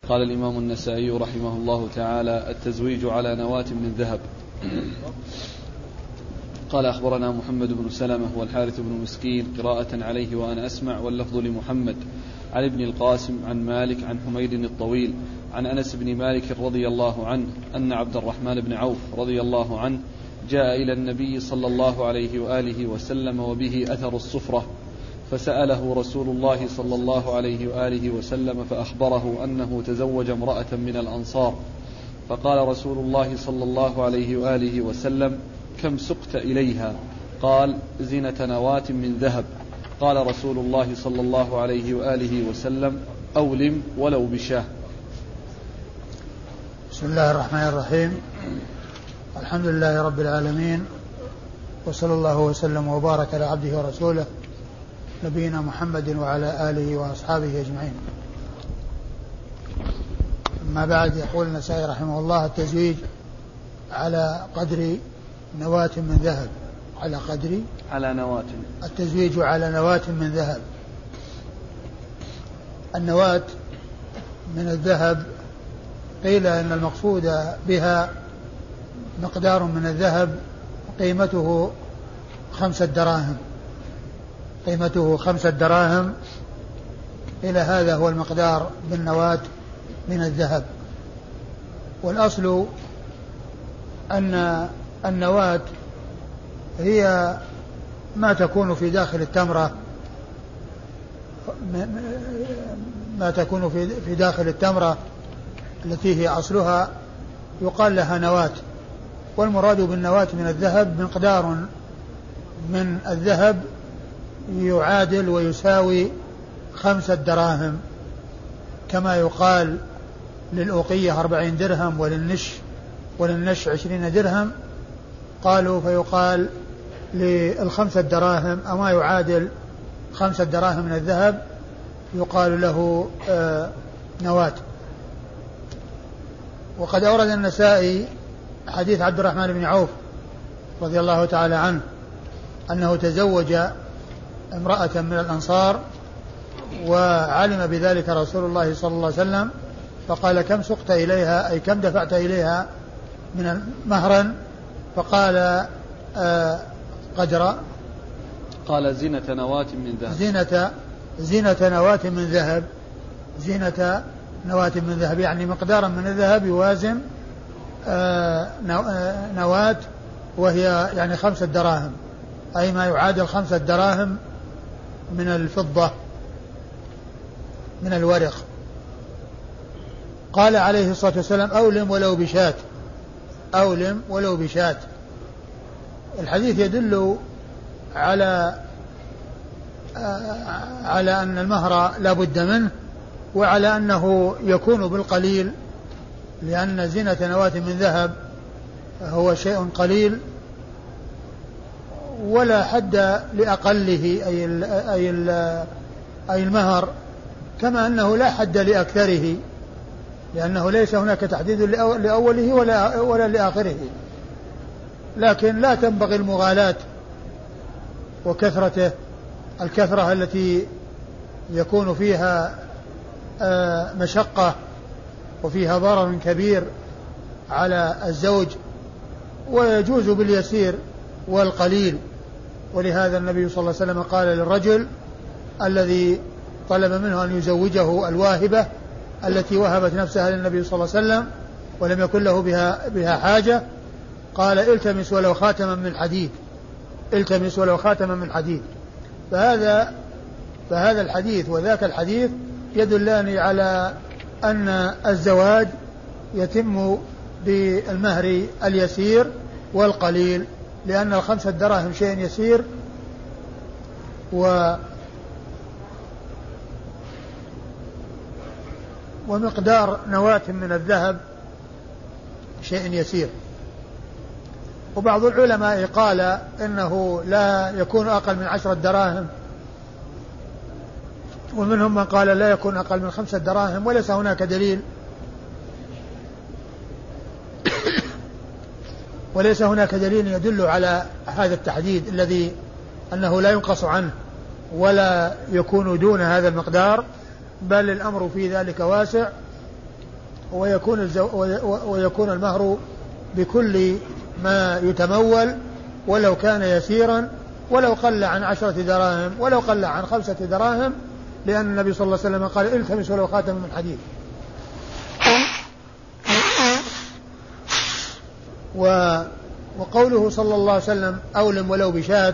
قال الإمام النسائي رحمه الله تعالى: التزويج على نواة من ذهب. قال: أخبرنا محمد بن سلمة والحارث بن مسكين قراءة عليه وأنا أسمع، واللفظ لمحمد، عن ابن القاسم عن مالك عن حميد الطويل عن أنس بن مالك رضي الله عنه أن عبد الرحمن بن عوف رضي الله عنه جاء إلى النبي صلى الله عليه وآله وسلم وبه أثر الصفرة، فسأله رسول الله صلى الله عليه وآله وسلم فأخبره أنه تزوج امرأة من الأنصار، فقال رسول الله صلى الله عليه وآله وسلم: كم سقت إليها؟ قال: زنة نواة من ذهب. قال رسول الله صلى الله عليه وآله وسلم: أولم ولو بشاه. بسم الله الرحمن الرحيم. الحمد لله رب العالمين، وصلى الله وسلم وبارك على عبده ورسوله نبينا محمد وعلى آله وأصحابه أجمعين. أما بعد، يقول النسائي رحمه الله: التزويج على قدر نواة من ذهب. على نواة. التزويج على نواة من ذهب. النواة من الذهب قيل أن المقصود بها مقدار من الذهب قيمته 5 دراهم. قيمته 5 دراهم، إلى هذا هو المقدار بالنواة من الذهب. والأصل أن النواة هي ما تكون في داخل التمرة، ما تكون في داخل التمرة التي هي أصلها يقال لها نواة. والمراد بالنواة من الذهب مقدار من الذهب يعادل ويساوي 5 دراهم، كما يقال للأوقية 40 درهم وللنش 20 درهم. قالوا فيقال لل5 دراهم أما يعادل 5 دراهم من الذهب يقال له نواة. وقد أورد النسائي حديث عبد الرحمن بن عوف رضي الله تعالى عنه أنه تزوج امرأة من الأنصار، وعلم بذلك رسول الله صلى الله عليه وسلم، فقال: كم سقت إليها؟ أي كم دفعت إليها من مهرا؟ فقال: قدر. قال: زينة نواة من ذهب. زينة نواة من ذهب. زينة نواة من ذهب يعني مقدارا من الذهب يوازن نواة، وهي يعني 5 دراهم، أي ما يعادل 5 دراهم من الفضة من الورق. قال عليه الصلاة والسلام: أولم ولو بشاة. أولم ولو بشاة. الحديث يدل على أن المهر لا بد منه، وعلى أنه يكون بالقليل، لأن زينة نواة من ذهب هو شيء قليل ولا حد لأقله أي المهر، كما أنه لا حد لأكثره، لأنه ليس هناك تحديد لأوله ولا لآخره. لكن لا تنبغي المغالاة وكثرته، الكثرة التي يكون فيها مشقة وفيها ضرر كبير على الزوج، ويجوز باليسير والقليل. ولهذا النبي صلى الله عليه وسلم قال للرجل الذي طلب منه أن يزوجه الواهبة التي وهبت نفسها للنبي صلى الله عليه وسلم ولم يكن له بها حاجة، قال: التمس ولو خاتما من حديد. التمس ولو خاتما من حديد. فهذا الحديث وذاك الحديث يدلان على أن الزواج يتم بالمهر اليسير والقليل، لأن 5 دراهم شيء يسير، ومقدار نواة من الذهب شيء يسير. وبعض العلماء قال إنه لا يكون أقل من 10 دراهم، ومنهم من قال لا يكون أقل من 5 دراهم، وليس هناك دليل يدل على هذا التحديد الذي أنه لا ينقص عنه ولا يكون دون هذا المقدار، بل الأمر في ذلك واسع، ويكون المهر بكل ما يتمول ولو كان يسيرا ولو قل عن 10 دراهم ولو قل عن 5 دراهم، لأن النبي صلى الله عليه وسلم قال التمسوا ولو خاتم من حديد. وقوله صلى الله عليه وسلم أولم ولو بشاة،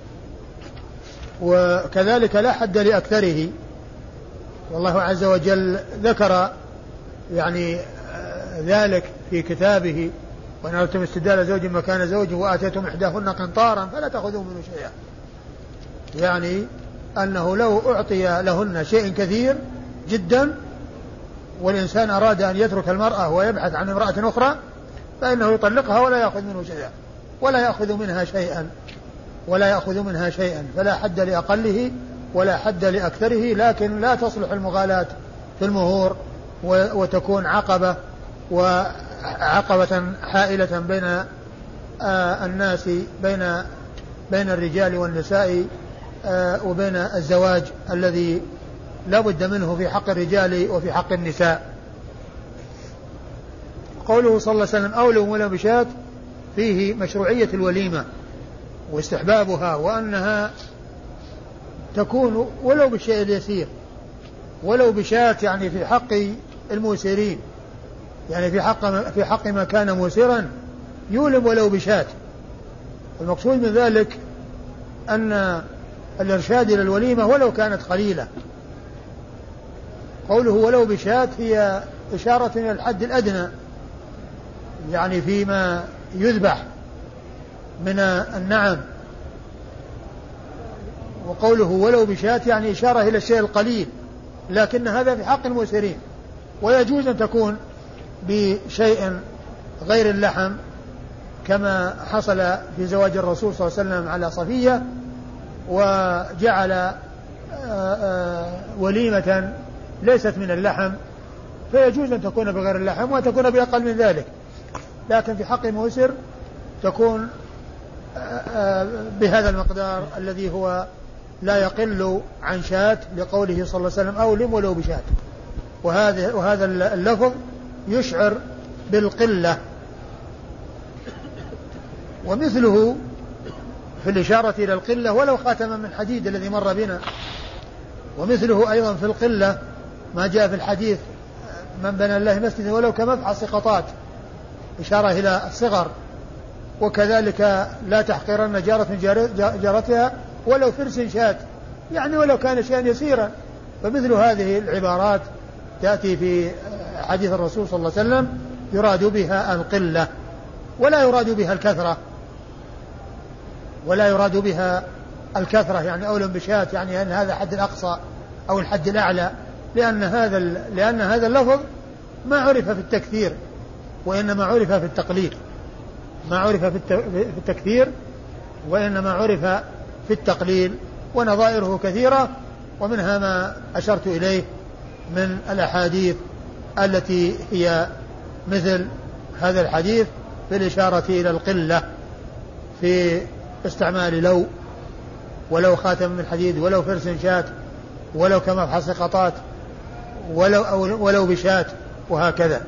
وكذلك لا حد لأكثره، والله عز وجل ذكر يعني ذلك في كتابه: وإن أردتم استبدال زوج مكان زوج وآتيتم إحداهن قنطارا فلا تأخذوا منه شيئا، يعني أنه لو أعطي لهن شيء كثير جدا والإنسان أراد أن يترك المرأة ويبحث عن امرأة أخرى فإنه يطلقها ولا يأخذ منه شيئا ولا يأخذ منها شيئا، فلا حد لأقله ولا حد لأكثره. لكن لا تصلح المغالاة في المهور وتكون عقبة حائلة بين الناس، بين الرجال والنساء وبين الزواج الذي لا بد منه في حق الرجال وفي حق النساء. قوله صلى الله عليه وسلم أولم ولو بشاة فيه مشروعية الوليمة واستحبابها، وأنها تكون ولو بالشيء اليسير، ولو بشاة يعني في حق الموسرين، يعني في حق ما كان موسرا يولم ولو بشاة. المقصود من ذلك أن الإرشاد إلى الوليمة ولو كانت قليلة. قوله ولو بشاة هي إشارة إلى الحد الأدنى، يعني فيما يذبح من النعم. وقوله ولو بشاة يعني إشارة إلى الشيء القليل، لكن هذا في حق الموسرين، ويجوز أن تكون بشيء غير اللحم كما حصل في زواج الرسول صلى الله عليه وسلم على صفية، وجعل وليمة ليست من اللحم، فيجوز أن تكون بغير اللحم وتكون بأقل من ذلك. لكن في حق موسر تكون بهذا المقدار الذي هو لا يقل عن شاة، لقوله صلى الله عليه وسلم أولم ولو بشاة. وهذا اللفظ يشعر بالقلة. ومثله في الإشارة إلى القلة ولو خاتما من حديد الذي مر بنا. ومثله أيضا في القلة ما جاء في الحديث من بنى الله مسجدا ولو كمفحص قطات، إشارة إلى الصغر. وكذلك لا تحقرن جارة جارتها ولو فرس شاة، يعني ولو كان شيئا يسيرا. فمثل هذه العبارات تأتي في حديث الرسول صلى الله عليه وسلم يراد بها القلة ولا يراد بها الكثرة، يعني أولم بشاة يعني أن هذا حد الأقصى أو الحد الأعلى، لأن هذا اللفظ ما عرف في التكثير وإنما عرف في التقليل، ما عرف في التكثير وإنما عرف في التقليل. ونظائره كثيرة، ومنها ما أشرت إليه من الأحاديث التي هي مثل هذا الحديث في الإشارة إلى القلة في استعمال ولو خاتم من حديد ولو فرس شاة ولو كمفحص قطات ولو بشاة وهكذا.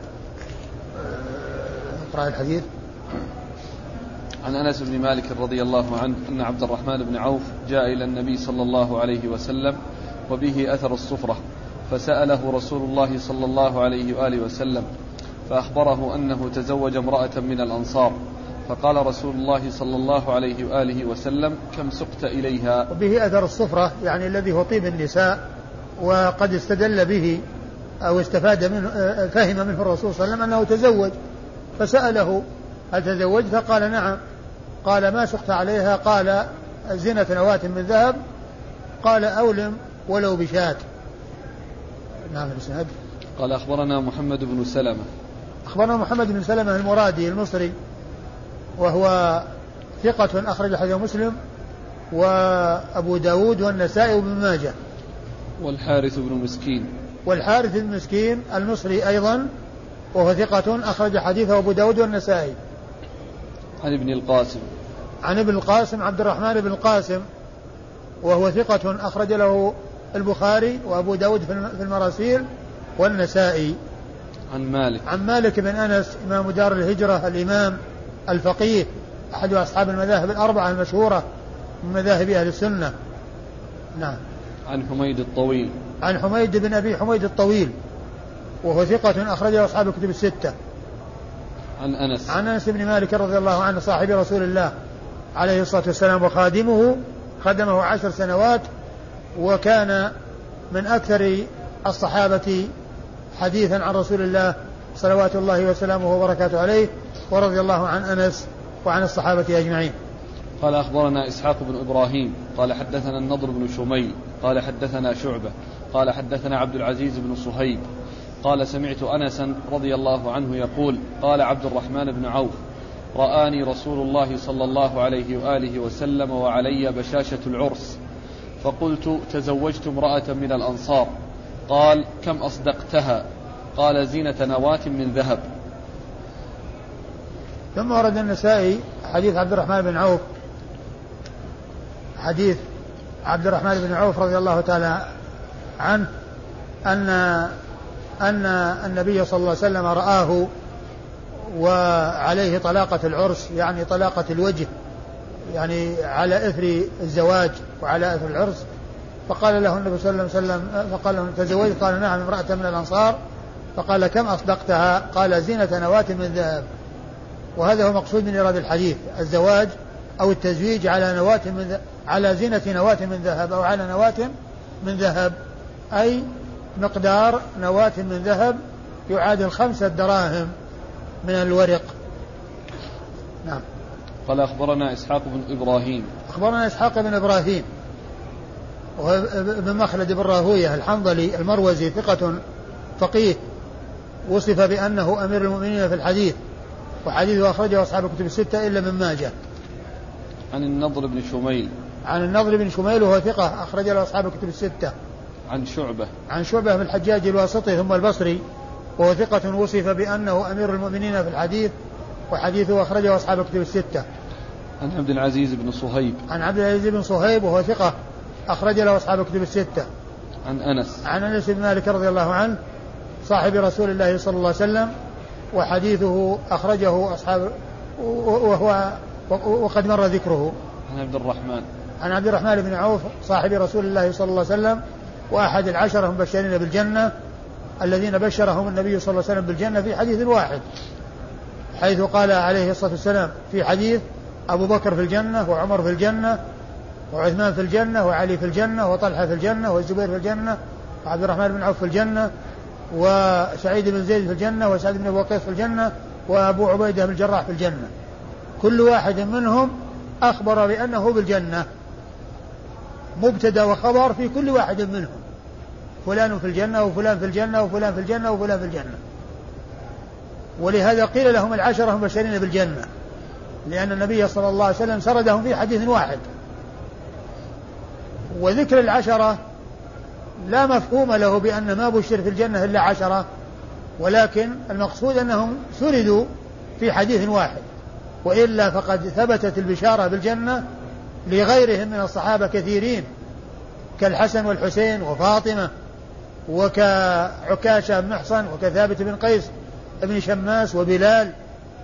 اقرأ الحديث. عن أنس بن مالك رضي الله عنه أن عبد الرحمن بن عوف جاء إلى النبي صلى الله عليه وسلم وبه أثر الصفرة، فسأله رسول الله صلى الله عليه وآله وسلم فأخبره أنه تزوج امرأة من الأنصار، فقال رسول الله صلى الله عليه وآله وسلم كم سقت إليها. وبه أثر الصفرة يعني الذي هو طيب النساء، وقد استدل به أو استفاد منه فهم منه الرسول صلى الله عليه وسلم أنه تزوج، فسأله هل تزوجت؟ فقال نعم. قال ما سقت عليها؟ قال زنة نواة من ذهب. قال أولم ولو بشاة. نعم. الإسناد. قال أخبرنا محمد بن سلمة. أخبرنا محمد بن سلمة المرادي المصري، وهو ثقة أخرج حديث مسلم وأبو داود والنسائي وابن ماجه. والحارث بن مسكين المصري أيضا، وهو ثقة أخرج حديثه أبو داود والنسائي. عن ابن القاسم عبد الرحمن بن القاسم، وهو ثقة أخرج له البخاري وأبو داود في المراسيل والنسائي. عن مالك بن أنس إمام دار الهجرة الإمام الفقيه أحد أصحاب المذاهب الأربعة المشهورة من مذاهب أهل السنة. نعم. عن حميد الطويل. عن حميد بن أبي حميد الطويل وهو ثقة أخرجه أصحاب الكتب الستة. عن أنس بن مالك رضي الله عنه صاحب رسول الله عليه الصلاة والسلام وخادمه، خدمه 10 سنوات، وكان من أكثر الصحابة حديثا عن رسول الله صلوات الله وسلامه وبركاته عليه، ورضي الله عن أنس وعن الصحابة أجمعين. قال أخبرنا إسحاق بن إبراهيم قال حدثنا النضر بن شميل قال حدثنا شعبة قال حدثنا عبد العزيز بن صهيب قال سمعت أنسا رضي الله عنه يقول قال عبد الرحمن بن عوف رآني رسول الله صلى الله عليه وآله وسلم وعلي بشاشة العرس، فقلت تزوجت امرأة من الأنصار، قال كم أصدقتها؟ قال زينة نواة من ذهب. ثم ورد النسائي حديث عبد الرحمن بن عوف، حديث عبد الرحمن بن عوف رضي الله تعالى عنه أن النبي صلى الله عليه وسلم رآه وعليه طلاقة العرس، يعني طلاقة الوجه، يعني على إثر الزواج وعلى إثر العرس. فقال له النبي صلى الله عليه وسلم فقال له تزوجت؟ قال نعم امرأة من الأنصار. فقال كم أصدقتها؟ قال زينة نواة من ذهب. وهذا هو مقصود من إيراد الحديث، الزواج أو التزويج على زينة نواة من ذهب أو على نواة من ذهب، أي مقدار نواة من ذهب يعادل 5 دراهم من الورق. نعم. قال أخبرنا إسحاق بن إبراهيم. أخبرنا إسحاق بن إبراهيم وهو ابن مخلد بن راهوية الحنظلي المروزي، ثقة فقيه، وصف بأنه أمير المؤمنين في الحديث، وحديثه أخرجه أصحاب الكتب الستة إلا من ماجه. عن النضر بن شميل. عن النضر بن شميل وهو ثقة أخرج له أصحاب الكتب الستة. عن شعبة بن الحجاج الواسطي ثم البصري، وهو ثقة وصف بأنه أمير المؤمنين في الحديث، وحديثه أخرجه أصحاب الكتب الستة. عن عبد العزيز بن صهيب. عن عبد العزيز بن صهيب وهو ثقة أخرج له أصحاب الكتب الستة. عن أنس بن مالك رضي الله عنه صاحب رسول الله صلى الله عليه وسلم، وحديثه أخرجه أصحاب وقد مر ذكره. عن عبد الرحمن بن عوف صاحب رسول الله صلى الله عليه وسلم، وأحد العشرة المبشرين بالجنة الذين بشرهم النبي صلى الله عليه وسلم بالجنة في حديث واحد، حيث قال عليه الصلاة والسلام في حديث أبو بكر في الجنة، وعمر في الجنة، وعثمان في الجنة، وعلي في الجنة، وطلحة في الجنة، والزبير في الجنة، وعبد الرحمن بن عوف في الجنة، وسعيد بن زيد في الجنة، وسعد بن وقيص في الجنة، وأبو عبيدة بن الجراح في الجنة. كل واحد منهم أخبر بأنه بالجنة، مبتدأ وخبر في كل واحد منهم، فلان في الجنة وفلان في الجنة وفلان في الجنة وفلان في الجنة. ولهذا قيل لهم العشرة المبشرين بالجنة، لأن النبي صلى الله عليه وسلم سردهم في حديث واحد. وذكر العشرة لا مفهوم له بأن ما بشر في الجنة إلا 10، ولكن المقصود أنهم سردوا في حديث واحد، وإلا فقد ثبتت البشارة بالجنة لغيرهم من الصحابة كثيرين، كالحسن والحسين وفاطمة، وكعكاشة بن محصن، وكثابت بن قيس بن شماس، وبلال،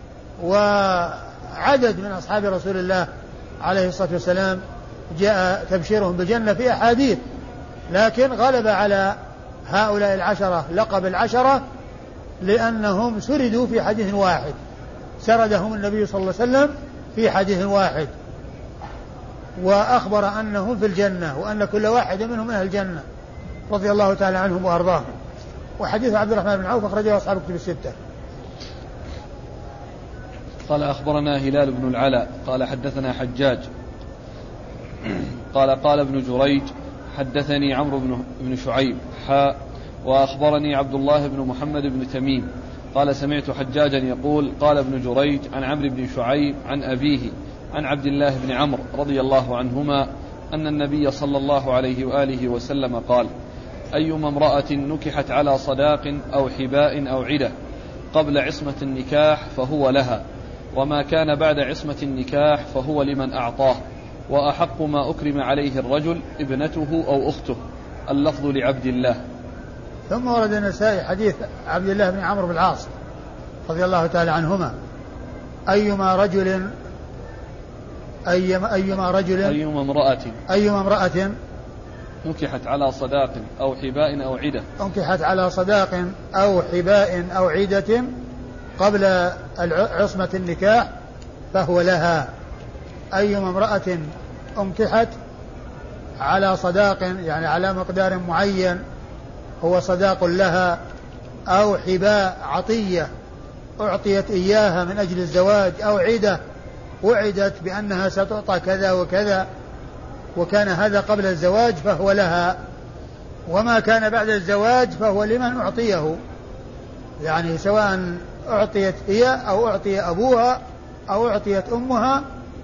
وعدد من أصحاب رسول الله عليه الصلاة والسلام جاء تبشيرهم بالجنة في أحاديث، لكن غلب على هؤلاء العشرة لقب العشرة لأنهم سردوا في حديث واحد، سردهم النبي صلى الله عليه وسلم في حديث واحد، وأخبر أنهم في الجنة، وأن كل واحد منهم من أهل الجنة رضي الله تعالى عنهم وأرضاهم. وحديث عبد الرحمن بن عوف أخرجه أصحاب الكتب الستة. قال أخبرنا هلال بن العلاء قال حدثنا حجاج قال ابن جريج حدثني عمرو بن شعيب وأخبرني عبد الله بن محمد بن تميم قال سمعت حجاجا يقول قال ابن جريج عن عمرو بن شعيب عن أبيه عن عبد الله بن عمرو رضي الله عنهما أن النبي صلى الله عليه وآله وسلم قال أيما امرأة نكحت على صداق أو حباء أو عدة قبل عصمة النكاح فهو لها، وما كان بعد عصمة النكاح فهو لمن أعطاه، وأحق ما أكرم عليه الرجل ابنته أو أخته. اللفظ لعبد الله. ثم ورد النسائي حديث عبد الله بن عمرو بن العاص رضي الله تعالى عنهما: أيما امرأة نكحت على صداق أو حباء أو عدة قبل عصمة النكاح فهو لها. أيما امرأة أنكحت على صداق، يعني على مقدار معين هو صداق لها، أو حباء عطية أعطيت إياها من أجل الزواج، أو عدة وعدت بأنها ستعطى كذا وكذا وكان هذا قبل الزواج فهو لها. وما كان بعد الزواج فهو لمن أعطيه، يعني سواء أعطيت هي أو أعطي أبوها أو أعطيت أمها،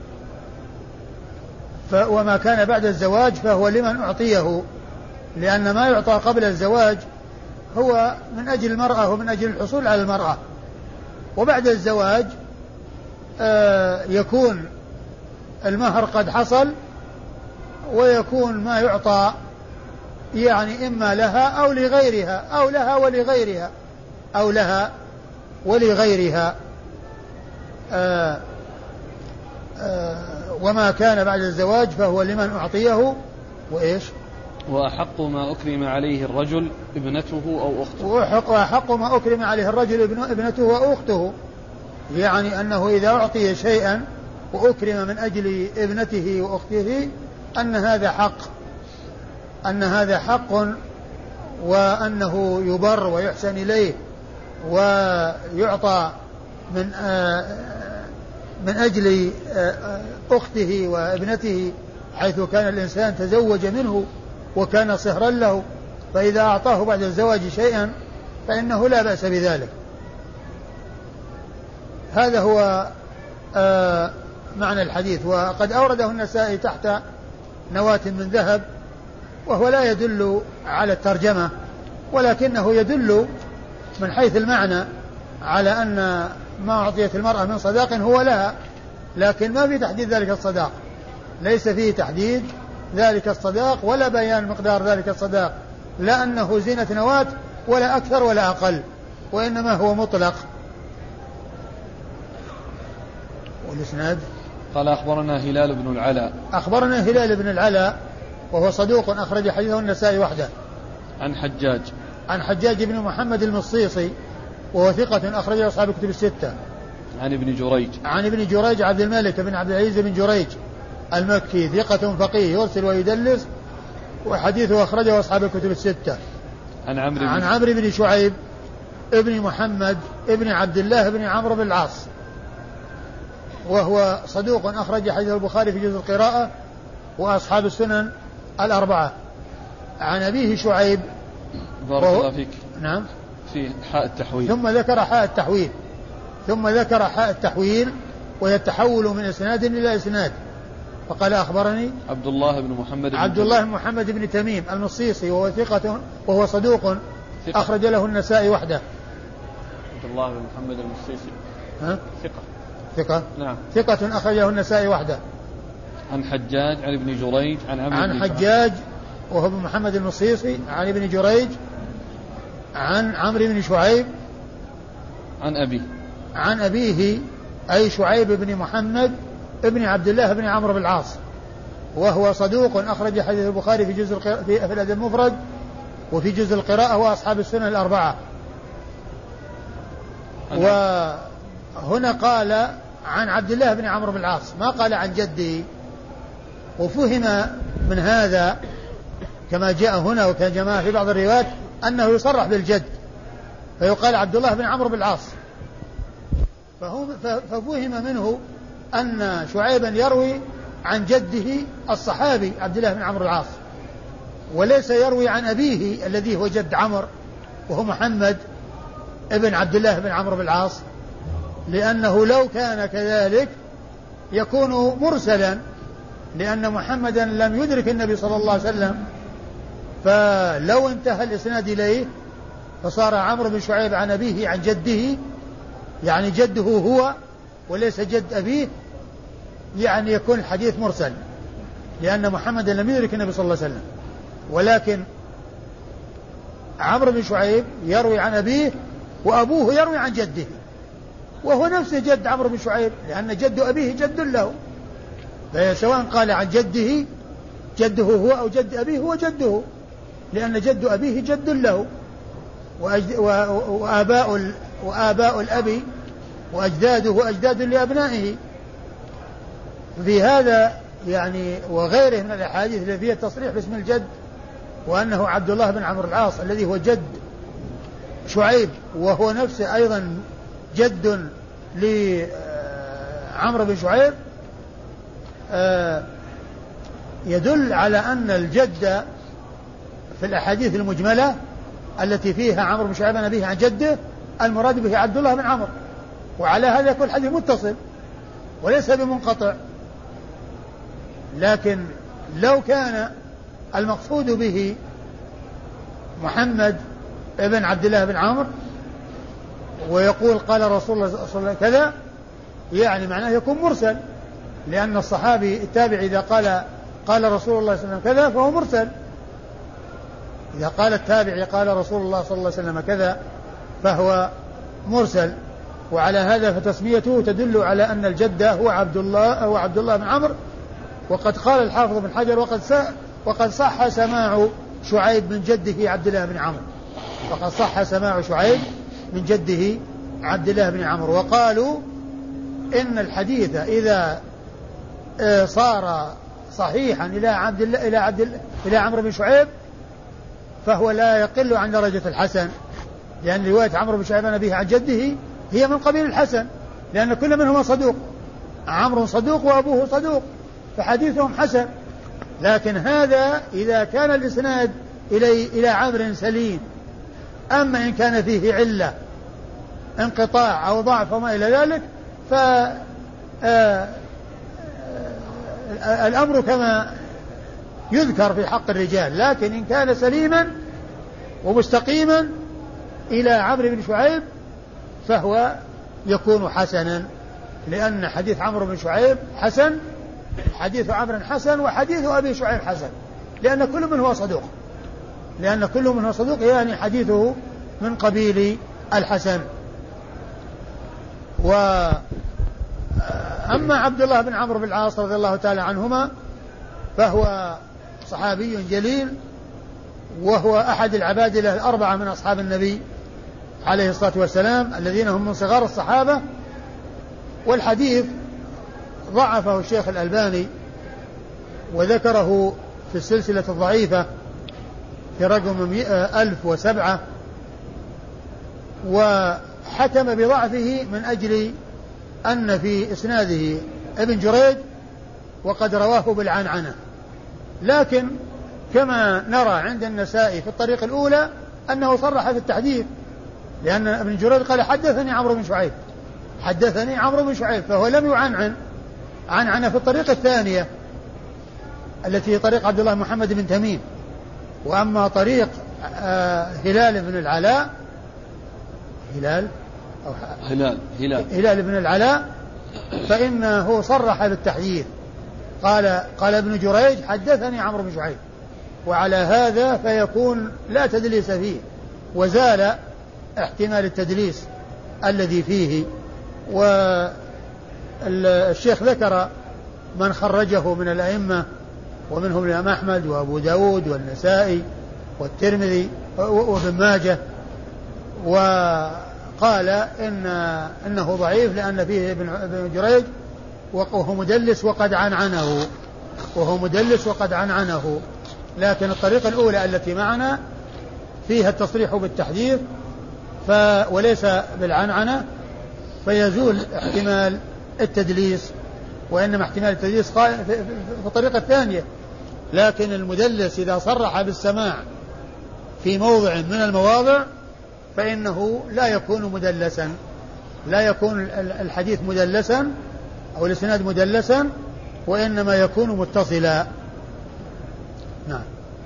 وما كان بعد الزواج فهو لمن أعطيه، لأن ما يعطى قبل الزواج هو من أجل المرأة ومن أجل الحصول على المرأة، وبعد الزواج يكون المهر قد حصل ويكون ما يعطى يعني إما لها أو لغيرها أو لها ولغيرها أو لها ولغيرها. وما كان بعد الزواج فهو لمن أعطيه. وإيش؟ وأحق ما أكرم عليه الرجل ابنته أو أخته. وأحق ما أكرم عليه الرجل ابنته أو أخته، يعني أنه إذا أعطي شيئا وأكرم من أجل ابنته وأخته أن هذا حق وأنه يبر ويحسن إليه ويعطى من أجل أخته وابنته، حيث كان الإنسان تزوج منه وكان صهرا له، فإذا أعطاه بعد الزواج شيئا فإنه لا بأس بذلك. هذا هو معنى الحديث. وقد أورده النسائي تحت نواة من ذهب، وهو لا يدل على الترجمة، ولكنه يدل من حيث المعنى على أن ما أعطيت المرأة من صداق هو لها، لكن ما في تحديد ذلك الصداق، ليس فيه تحديد ذلك الصداق ولا بيان مقدار ذلك الصداق، لا أنه زينة نواة ولا أكثر ولا أقل، وإنما هو مطلق. والإسناد قال أخبرنا هلال بن العلاء وهو صدوق أخرج حديثه النسائي وحده. عن حجاج بن محمد المصيصي وهو ثقة أخرج أصحاب الكتب الستة. عن ابن جريج عبد الملك بن عبد العزيز بن جريج المكي ثقة فقيه يرسل ويدلس، وحديثه أخرجه أصحاب الكتب الستة. عن عمرو بن شعيب ابن محمد ابن عبد الله بن عمرو بن العاص، وهو صدوق أخرج حديث البخاري في جزء القراءة وأصحاب السنن الأربعة. عن أبيه شعيب بارك الله فيك. نعم. في حاء التحويل. ثم ذكر حاء التحويل ويتحول من إسناد إلى إسناد، فقال أخبرني عبد الله بن محمد بن تميم المصيصي وهو ثقة وهو صدوق أخرج له النسائي وحده. عبد الله بن محمد المصيصي ثقة نعم، ثقة أخرجه النسائي وحده. عن حجاج عن ابن جريج عن حجاج وهو ابن محمد المصيصي عن ابن جريج عن عمرو بن شعيب عن أبيه أي شعيب بن محمد ابن عبد الله بن عمرو بن العاص، وهو صدوق أخرج حديث البخاري في جزء في الأدب المفرد وفي جزء القراءة وأصحاب السنن الأربعة. وهنا قال عن عبد الله بن عمرو بن العاص، ما قال عن جده، وفهم من هذا كما جاء هنا وكان جماعة في بعض الروايات أنه يصرح بالجد فيقال عبد الله بن عمرو بن العاص، ففهم منه أن شعيبا يروي عن جده الصحابي عبد الله بن عمرو بن العاص، وليس يروي عن أبيه الذي هو جد عمرو وهو محمد ابن عبد الله بن عمرو بن العاص، لأنه لو كان كذلك يكون مرسلا، لأن محمدا لم يدرك النبي صلى الله عليه وسلم، فلو انتهى الإسناد إليه فصار عمرو بن شعيب عن أبيه عن جده، يعني جده هو وليس جد أبيه، يعني يكون الحديث مرسل، لأن محمدا لم يدرك النبي صلى الله عليه وسلم. ولكن عمرو بن شعيب يروي عن أبيه وأبوه يروي عن جده، وهو نفسه جد عمرو بن شعيب، لأن جد أبيه جد له، فسواء قال عن جده جده هو أو جد أبيه هو جده، لأن جد أبيه جد له، وآباء الأب وأجداده أجداد لأبنائه. في هذا يعني وغيره من الأحاديث التي فيها التصريح باسم الجد، وأنه عبد الله بن عمرو العاص الذي هو جد شعيب، وهو نفسه أيضا جد لعمرو بن شعيب، يدل على أن الجد في الأحاديث المجملة التي فيها عمرو بن شعيب عن أبيه عن جده المراد به عبد الله بن عمرو، وعلى هذا يكون الحديث متصل وليس بمنقطع. لكن لو كان المقصود به محمد ابن عبد الله بن عمرو ويقول قال رسول الله صلى الله عليه وسلم كذا، يعني معناه يكون مرسل، لأن الصحابي التابع إذا قال رسول الله صلى الله عليه وسلم كذا فهو مرسل. إذا قال التابع قال رسول الله صلى الله عليه وسلم كذا فهو مرسل. وعلى هذا فتسميته تدل على أن الجد هو عبد الله بن عمرو. وقد قال الحافظ بن حجر وقد صح سماع شعيب من جده عبد الله بن عمرو، وقد صح سماع شعيب من جده عبد الله بن عمرو. وقالوا إن الحديث إذا صار صحيحا إلى عمرو بن شعيب فهو لا يقل عن درجة الحسن، لأن رواية عمرو بن شعيب عن أبيه عن جده هي من قبيل الحسن، لأن كل منهما صدوق، عمرو صدوق وأبوه صدوق، فحديثهم حسن. لكن هذا إذا كان الإسناد إلى عمرو سليم. أما إن كان فيه علة انقطاع أو ضعف وما إلى ذلك الأمر كما يذكر في حق الرجال. لكن إن كان سليما ومستقيما إلى عمرو بن شعيب فهو يكون حسنا، لأن حديث عمرو بن شعيب حسن، حديث عمرو حسن، وحديث أبي شعيب حسن، لأن كل منه صدوق، يعني حديثه من قبيل الحسن. وأما عبد الله بن عمرو بن العاص رضي الله تعالى عنهما فهو صحابي جليل، وهو أحد العبادلة الأربعة من أصحاب النبي عليه الصلاة والسلام الذين هم من صغار الصحابة. والحديث ضعفه الشيخ الألباني وذكره في السلسلة الضعيفة في رقم 1007، وحكم بضعفه من أجل أن في إسناده ابن جريج وقد رواه بالعنعنة. لكن كما نرى عند النسائي في الطريق الأولى أنه صرح في التحديث، لأن ابن جريج قال حدثني عمرو بن شعيب، فهو لم يعنعن. عنعن في الطريقة الثانية التي طريق عبد الله محمد بن تميم. وأما طريق هلال بن العلاء هلال بن العلاء فإنه صرح بالتحديث، قال ابن جريج حدثني عمرو بن شعيب، وعلى هذا فيكون لا تدليس فيه، وزال احتمال التدليس الذي فيه. والشيخ ذكر من خرجه من الأئمة، ومنهم الإمام أحمد وأبو داود والنسائي والترمذي وابن ماجه، وقال إنه ضعيف لأن فيه ابن جريج وهو مدلس وقد عنعنه. لكن الطريقة الأولى التي معنا فيها التصريح بالتحديث وليس بالعنعنة، فيزول احتمال التدليس، وإنما احتمال التدليس في الطريقة الثانية. لكن المدلس إذا صرح بالسماع في موضع من المواضع فإنه لا يكون الحديث مدلسا أو الإسناد مدلسا، وإنما يكون متصلا. نعم.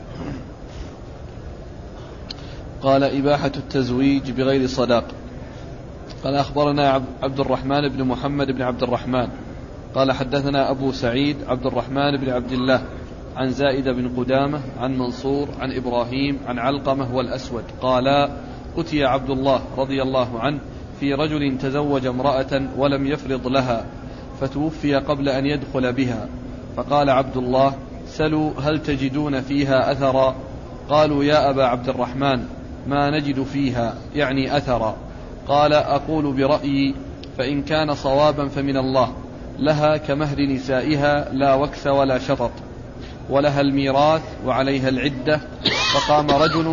قال إباحة التزويج بغير صداق. قال أخبرنا عبد الرحمن بن محمد بن عبد الرحمن قال حدثنا أبو سعيد عبد الرحمن بن عبد الله عن زائد بن قدامة عن منصور عن إبراهيم عن علقمة والأسود قالا: أتي عبد الله رضي الله عنه في رجل تزوج امرأة ولم يفرض لها فتوفي قبل أن يدخل بها، فقال عبد الله: سلوا هل تجدون فيها أثرا؟ قالوا: يا أبا عبد الرحمن ما نجد فيها، يعني أثرا. قال: أقول برأيي، فإن كان صوابا فمن الله، لها كمهر نسائها لا وكس ولا شطط، ولها الميراث وعليها العدة. فقام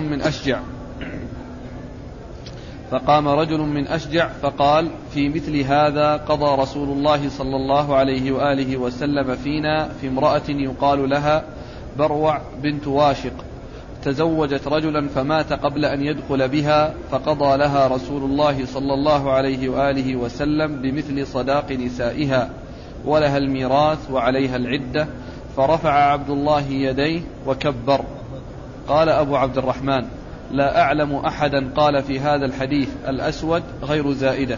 رجل من أشجع فقال: في مثل هذا قضى رسول الله صلى الله عليه وآله وسلم فينا في امرأة يقال لها بروع بنت واشق، تزوجت رجلا فمات قبل أن يدخل بها، فقضى لها رسول الله صلى الله عليه وآله وسلم بمثل صداق نسائها، ولها الميراث وعليها العدة. فرفع عبد الله يديه وكبر. قال أبو عبد الرحمن: لا أعلم أحدا قال في هذا الحديث الأسود غير زائدة.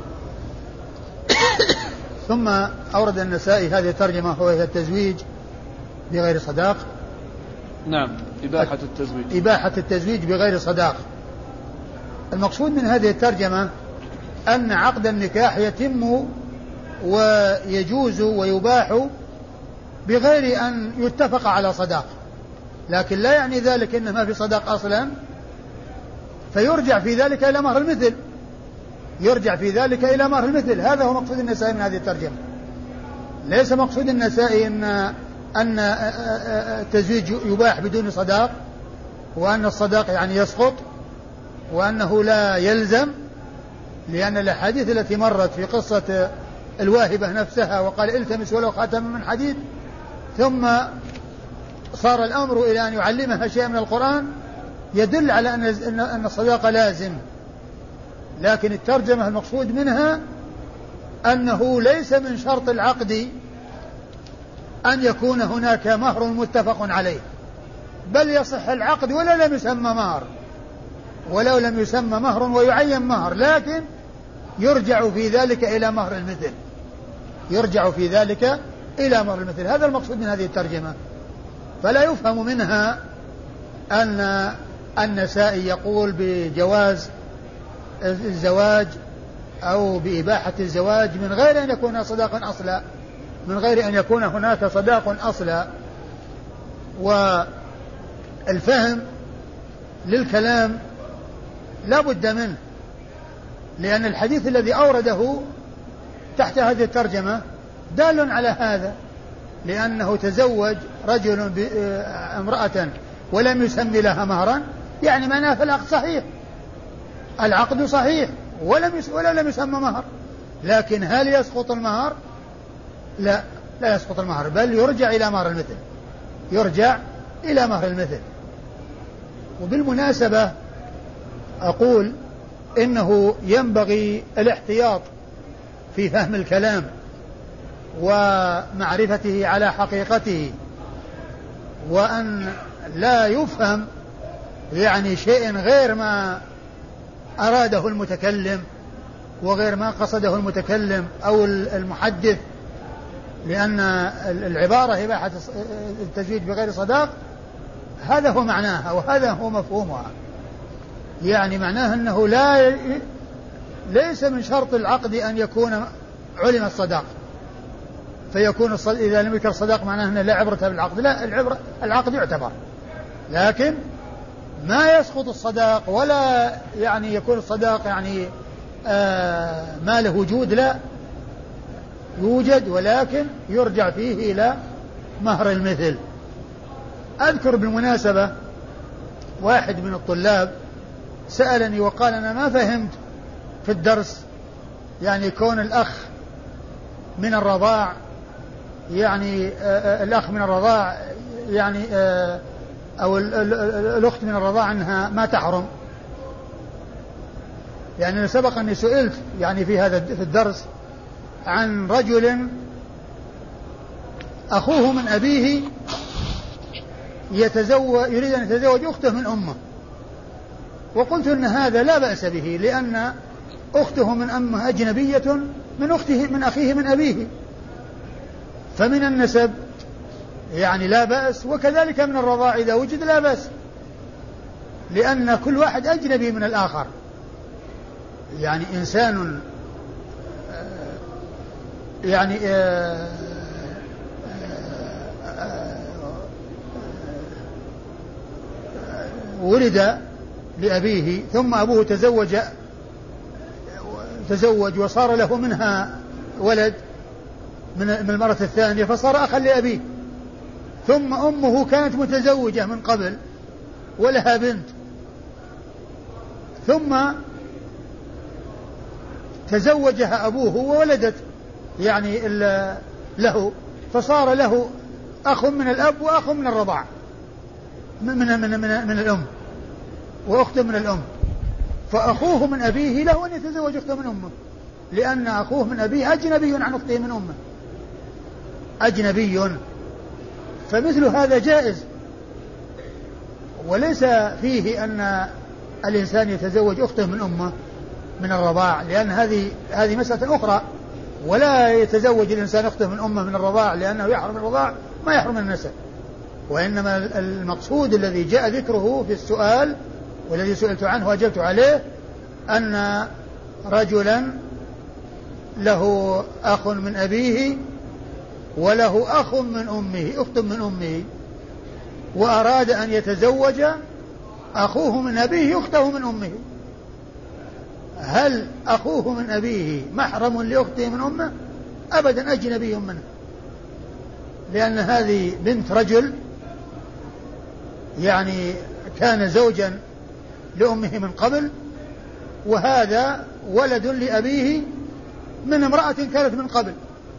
ثم أورد النسائي هذه الترجمة، هو التزويج بغير صداق. نعم، إباحة التزويج بغير صداق. المقصود من هذه الترجمة أن عقد النكاح يتم ويجوز ويباح بغير أن يتفق على صداق، لكن لا يعني ذلك إن ما في صداق أصلا، فيرجع في ذلك إلى مهر المثل. هذا هو مقصود النسائي من هذه الترجمة. ليس مقصود النسائي أن التزويج يباح بدون صداق، وأن الصداق يعني يسقط، وأنه لا يلزم، لأن الأحاديث التي مرت في قصة الواهبة نفسها وقال: التمس ولو خاتم من حديد، ثم صار الأمر إلى أن يعلمها شيء من القرآن، يدل على أن الصداق لازم. لكن الترجمة المقصود منها أنه ليس من شرط العقد أن يكون هناك مهر متفق عليه، بل يصح العقد ولو لم يسمى مهر ويعين مهر، لكن يرجع في ذلك إلى مهر المثل. هذا المقصود من هذه الترجمة. فلا يفهم منها أن النسائي يقول بجواز الزواج أو بإباحة الزواج من غير أن يكون هناك صداق أصلا. والفهم للكلام لا بد منه، لأن الحديث الذي أورده تحت هذه الترجمة دال على هذا، لأنه تزوج رجل امرأة ولم يسمي لها مهرا، يعني معناه العقد صحيح ولم يسمى مهر. لكن هل يسقط المهر؟ لا يسقط المهر، بل يرجع إلى مهر المثل. وبالمناسبة أقول إنه ينبغي الاحتياط في فهم الكلام ومعرفته على حقيقته، وأن لا يفهم يعني شيء غير ما أراده المتكلم وغير ما قصده المتكلم أو المحدث، لأن العبارة إباحة التزويج بغير صداق هذا هو معناها وهذا هو مفهومها، يعني معناها أنه ليس من شرط العقد أن يكون علم الصداق، فيكون إذا لم يذكر الصداق معناه أنه لا عبرة بالعقد. لا، العقد يعتبر، لكن ما يسقط الصداق ولا يعني يكون الصداق يعني ما له وجود، لا يوجد، ولكن يرجع فيه إلى مهر المثل. أذكر بالمناسبة واحد من الطلاب سألني وقال: أنا ما فهمت في الدرس يعني كون الأخ من الرضاع، يعني الأخ من الرضاع يعني أو الأخت من الرضاع أنها ما تحرم. يعني سبق أني سئلت يعني في الدرس عن رجل أخوه من أبيه يريد أن يتزوج أخته من أمه، وقلت أن هذا لا بأس به، لأن أخته من أمه أجنبية من أخيه من أبيه، فمن النسب يعني لا بأس، وكذلك من الرضاع إذا وجد لا بأس، لأن كل واحد أجنبي من الآخر. يعني إنسان يعني ولد لأبيه ثم أبوه تزوج وصار له منها ولد من المرة الثانية فصار أخا لأبيه، ثم أمه كانت متزوجة من قبل ولها بنت، ثم تزوجها أبوه وولدت يعني له، فصار له أخ من الأب وأخ من الرضاع من الأم وأخت من الأم، فأخوه من أبيه له أن يتزوج أخته من أمه، لأن أخوه من أبيه أجنبي عن أخته من أمه، أجنبي، فمثل هذا جائز، وليس فيه أن الإنسان يتزوج أخته من أمه من الرضاع، لأن هذه مسألة أخرى، ولا يتزوج الإنسان أخته من أمه من الرضاع لأنه يحرم الرضاع ما يحرم النسب، وإنما المقصود الذي جاء ذكره في السؤال والذي سئلت عنه وأجبت عليه أن رجلا له أخ من أبيه وله أخ من أمه، أخت من أمه، وأراد أن يتزوج أخوه من أبيه أخته من أمه، هل أخوه من أبيه محرم لأخته من أمه؟ أبدا، أجنبي منه، لأن هذه بنت رجل يعني كان زوجا لأمه من قبل، وهذا ولد لأبيه من امرأة كانت من قبل،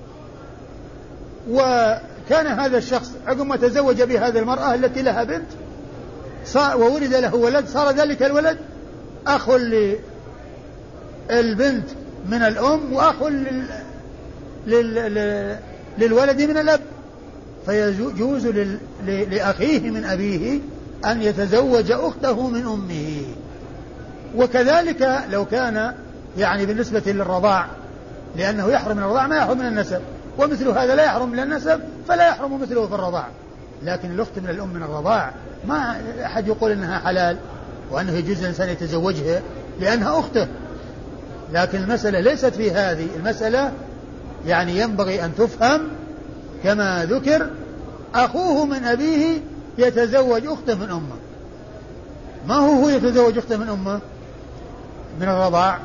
وكان هذا الشخص عقب ما تزوج بهذه المرأة التي لها بنت وولد له ولد، صار ذلك الولد أخ للبنت من الأم وأخ للولد من الأب، فيجوز لأخيه من أبيه أن يتزوج أخته من أمه. وكذلك لو كان يعني بالنسبة للرضاع، لأنه يحرم من الرضاع ما يحرم من النسب، ومثل هذا لا يحرم من النسب فلا يحرم مثله في الرضاع، لكن الأخت من الأم من الرضاع ما أحد يقول أنها حلال وأنه يجوز الإنسان يتزوجها لأنها أخته، لكن المسألة ليست في هذه المسألة، يعني ينبغي أن تفهم كما ذكر أخوه من أبيه يتزوج أخته من أمه، ما هو يتزوج أخته من أمه من الرضاع.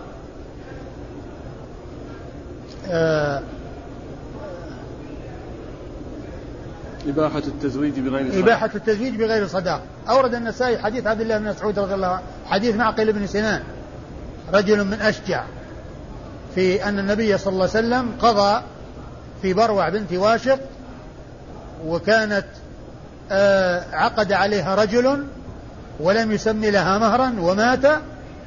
إباحة التزويج بغير صداق. أورد النسائي حديث عبد الله بن مسعود رضي الله عنه، حديث معقل بن سنان رجل من أشجع، في أن النبي صلى الله عليه وسلم قضى في بروع بنت واشق، وكانت عقد عليها رجل ولم يسمي لها مهرا ومات،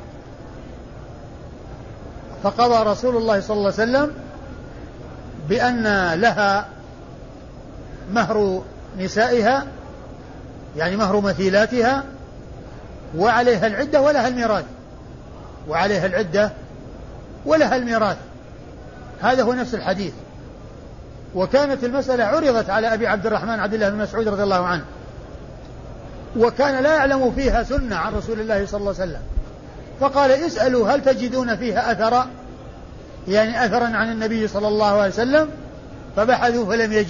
فقضى رسول الله صلى الله عليه وسلم بأن لها مهر نسائها، يعني مهر مثيلاتها، وعليها العدة ولها الميراث، وعليها العدة ولها الميراث. هذا هو نفس الحديث. وكانت المسألة عرضت على أبي عبد الرحمن عبد الله بن مسعود رضي الله عنه، وكان لا يعلم فيها سنة عن رسول الله صلى الله عليه وسلم، فقال اسألوا هل تجدون فيها أثرا، يعني أثرا عن النبي صلى الله عليه وسلم، فبحثوا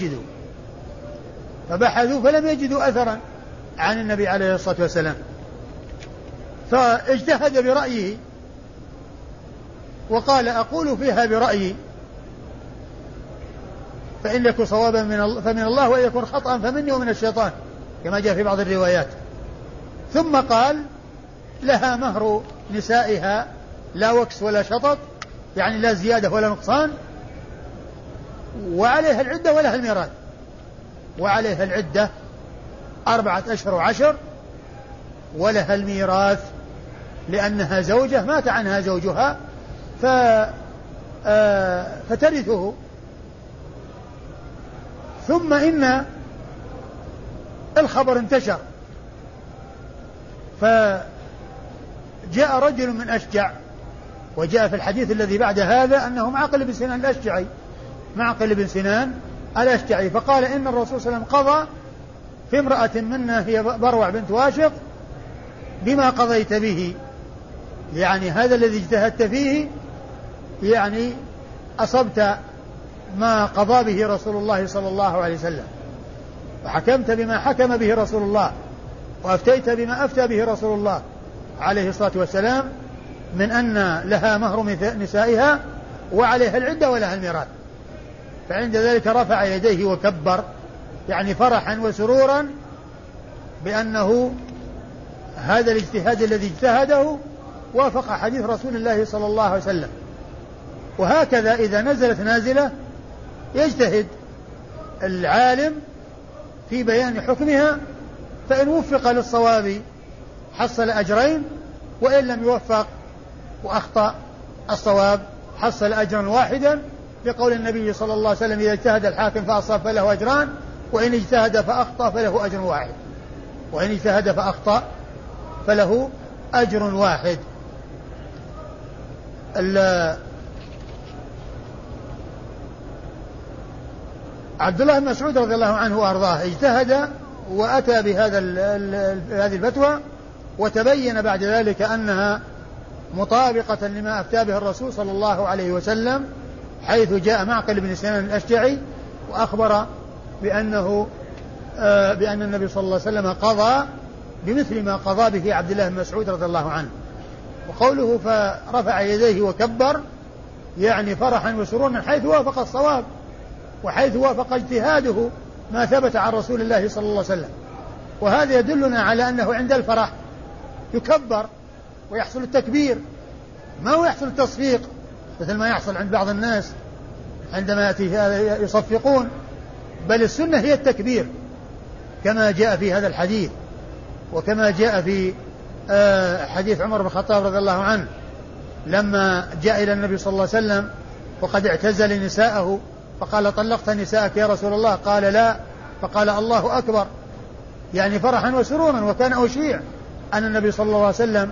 فلم يجدوا أثرا عن النبي عليه الصلاة والسلام، فاجتهد برأيه وقال أقول فيها برأيي، فإن يكن صوابا فمن الله، وإن يكن خطأ فمني ومن الشيطان، كما جاء في بعض الروايات. ثم قال لها مهر نسائها لا وكس ولا شطط، يعني لا زيادة ولا نقصان، وعليها العدة ولها الميراث، وعليها العدة 4 أشهر و10، ولها الميراث لأنها زوجة مات عنها زوجها فترثه. ثم إن الخبر انتشر، فجاء رجل من أشجع، وجاء في الحديث الذي بعد هذا أنه معقل بن سنان الأشجعي، معقل بن سنان الأشجعي فقال إن الرسول صلى الله عليه وسلم قضى في امرأة منا هي بروع بنت واشق بما قضيت به، يعني هذا الذي اجتهدت فيه يعني أصبت ما قضى به رسول الله صلى الله عليه وسلم، وحكمت بما حكم به رسول الله، وأفتيت بما أفتى به رسول الله عليه الصلاة والسلام، من أن لها مهر نسائها وعليها العدة ولها الميراث. فعند ذلك رفع يديه وكبر، يعني فرحا وسرورا بأنه هذا الاجتهاد الذي اجتهده وافق حديث رسول الله صلى الله عليه وسلم. وهكذا إذا نزلت نازلة يجتهد العالم في بيان حكمها، فإن وفق للصواب حصل أجرين، وإن لم يوفق وأخطأ الصواب حصل أجرا واحدا، لقول النبي صلى الله عليه وسلم إذا اجتهد الحاكم فأصاب فله أجران، وإن اجتهد فأخطأ فله أجر واحد، وإن اجتهد فأخطأ فله أجر واحد. عبد الله بن مسعود رضي الله عنه وأرضاه اجتهد وأتى هذه الفتوى، وتبين بعد ذلك أنها مطابقة لما أفتى به الرسول صلى الله عليه وسلم، حيث جاء معقل بن سنان الأشجعي وأخبر بأن النبي صلى الله عليه وسلم قضى بمثل ما قضى به عبد الله بن مسعود رضي الله عنه. وقوله فرفع يديه وكبر يعني فرحا وسرورا حيث وافق الصواب، وحيث وافق اجتهاده ما ثبت عن رسول الله صلى الله عليه وسلم. وهذا يدلنا على أنه عند الفرح يكبر ويحصل التكبير، ما هو يحصل التصفيق مثل ما يحصل عند بعض الناس عندما يصفقون، بل السنة هي التكبير كما جاء في هذا الحديث، وكما جاء في حديث عمر بن الخطاب رضي الله عنه لما جاء إلى النبي صلى الله عليه وسلم وقد اعتزل نساءه فقال طلقت نساءك يا رسول الله؟ قال لا، فقال الله أكبر، يعني فرحا وسرورا. وكان أشيع أن النبي صلى الله عليه وسلم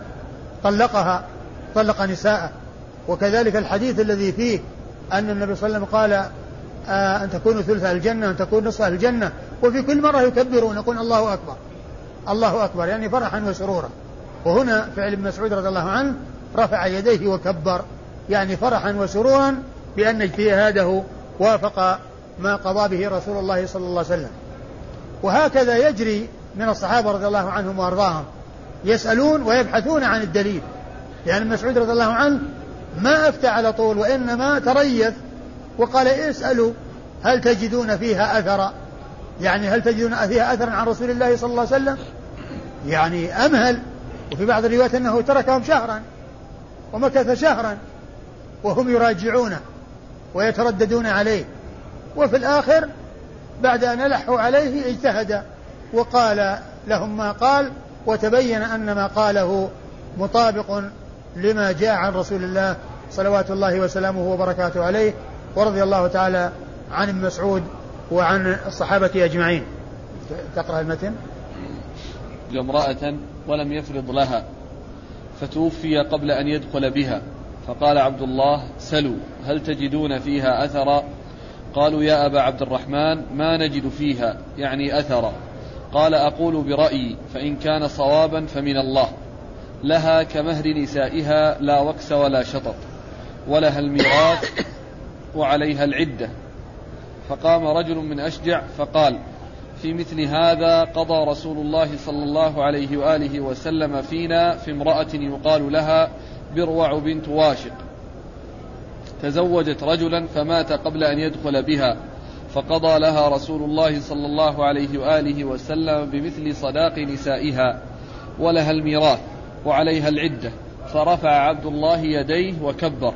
طلق نساءه. وكذلك الحديث الذي فيه أن النبي صلى الله عليه وسلم قال أن تكون ثلث الجنة أن تكون نصف الجنة، وفي كل مرة يكبرون يقول الله أكبر الله أكبر، يعني فرحا وسرورا. وهنا فعل ابن مسعود رضي الله عنه رفع يديه وكبر، يعني فرحا وسرورا بأن اجتهاده وافق ما قضى به رسول الله صلى الله عليه وسلم. وهكذا يجري من الصحابة رضي الله عنهم وأرضاهم، يسألون ويبحثون عن الدليل. يعني ابن مسعود رضي الله عنه ما أفتى على طول، وإنما تريث وقال اسألوا هل تجدون فيها أثرا، يعني هل تجدون فيها أثرا عن رسول الله صلى الله عليه وسلم، يعني أمهل. وفي بعض الروايات أنه تركهم شهرا ومكث شهرا وهم يراجعونه ويترددون عليه، وفي الآخر بعد أن ألحوا عليه اجتهد وقال لهم ما قال، وتبين أن ما قاله مطابق لما جاء عن رسول الله صلوات الله وسلامه وبركاته عليه، ورضي الله تعالى عن ابن مسعود وعن الصحابة أجمعين. تقرأ المتن. امرأة ولم يفرض لها فتوفي قبل أن يدخل بها، فقال عبد الله سلوا هل تجدون فيها أثرا؟ قالوا يا أبا عبد الرحمن ما نجد فيها يعني أثرا. قال أقول برأيي فإن كان صوابا فمن الله، لها كمهر نسائها لا وكس ولا شطط، ولها الميراث وعليها العدة. فقام رجل من أشجع فقال في مثل هذا قضى رسول الله صلى الله عليه وآله وسلم فينا في امرأة يقال لها بروع بنت واشق، تزوجت رجلا فمات قبل أن يدخل بها، فقضى لها رسول الله صلى الله عليه وآله وسلم بمثل صداق نسائها، ولها الميراث وعليها العدة. فرفع عبد الله يديه وكبر.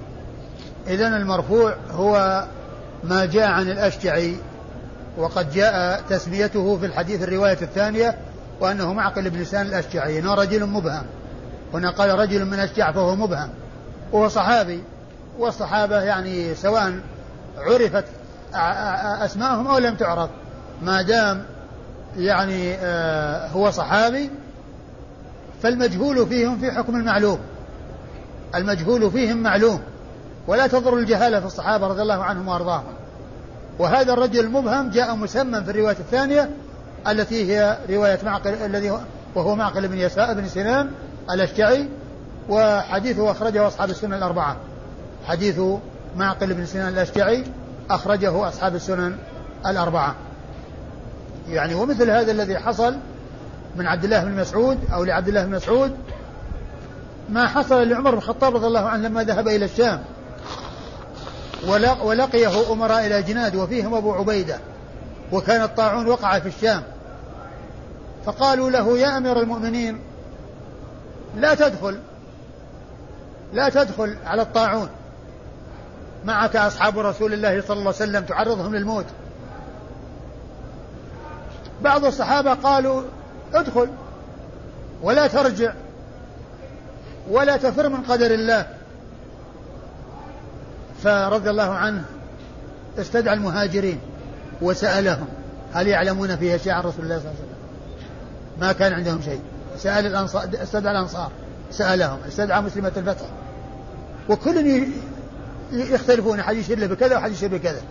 إذن المرفوع هو ما جاء عن الأشجعي، وقد جاء تسميته في الحديث الرواية الثانية وأنه معقل بن سنان الأشجعي، إنه رجل مبهم. هنا قال رجل من أشجع فهو مبهم، وهو صحابي، والصحابة يعني سواء عرفت أسماءهم أو لم تعرف، ما دام يعني هو صحابي فالمجهول فيهم في حكم المعلوم، المجهول فيهم معلوم، ولا تضر الجهالة في الصحابة رضي الله عنهم وأرضاهم. وهذا الرجل المبهم جاء مسمى في الرواية الثانية التي هي رواية معقل الذي وهو معقل بن سنان الأشجعي، وحديثه أخرجه أصحاب السنن الأربعة. حديث معقل بن سنان الأشجعي أخرجه أصحاب السنن الأربعة. يعني ومثل هذا الذي حصل من عبد الله بن مسعود أو لعبد الله بن مسعود ما حصل لعمر بن الخطاب رضي الله عنه لما ذهب إلى الشام ولقيه أمراء إلى جناد وفيهم أبو عبيدة، وكان الطاعون وقع في الشام، فقالوا له يا أمير المؤمنين لا تدخل على الطاعون، معك أصحاب رسول الله صلى الله عليه وسلم تعرضهم للموت. بعض الصحابة قالوا ادخل ولا ترجع ولا تفر من قدر الله. فرضي الله عنه استدعى المهاجرين وسألهم هل يعلمون فيها شيء عن رسول الله صلى الله عليه وسلم؟ ما كان عندهم شيء. سأل الأنصار، استدعى الأنصار سألهم، استدعى مسلمة الفتح، وكل يختلفون، حد يشير له بكذا وحد يشير بكذا.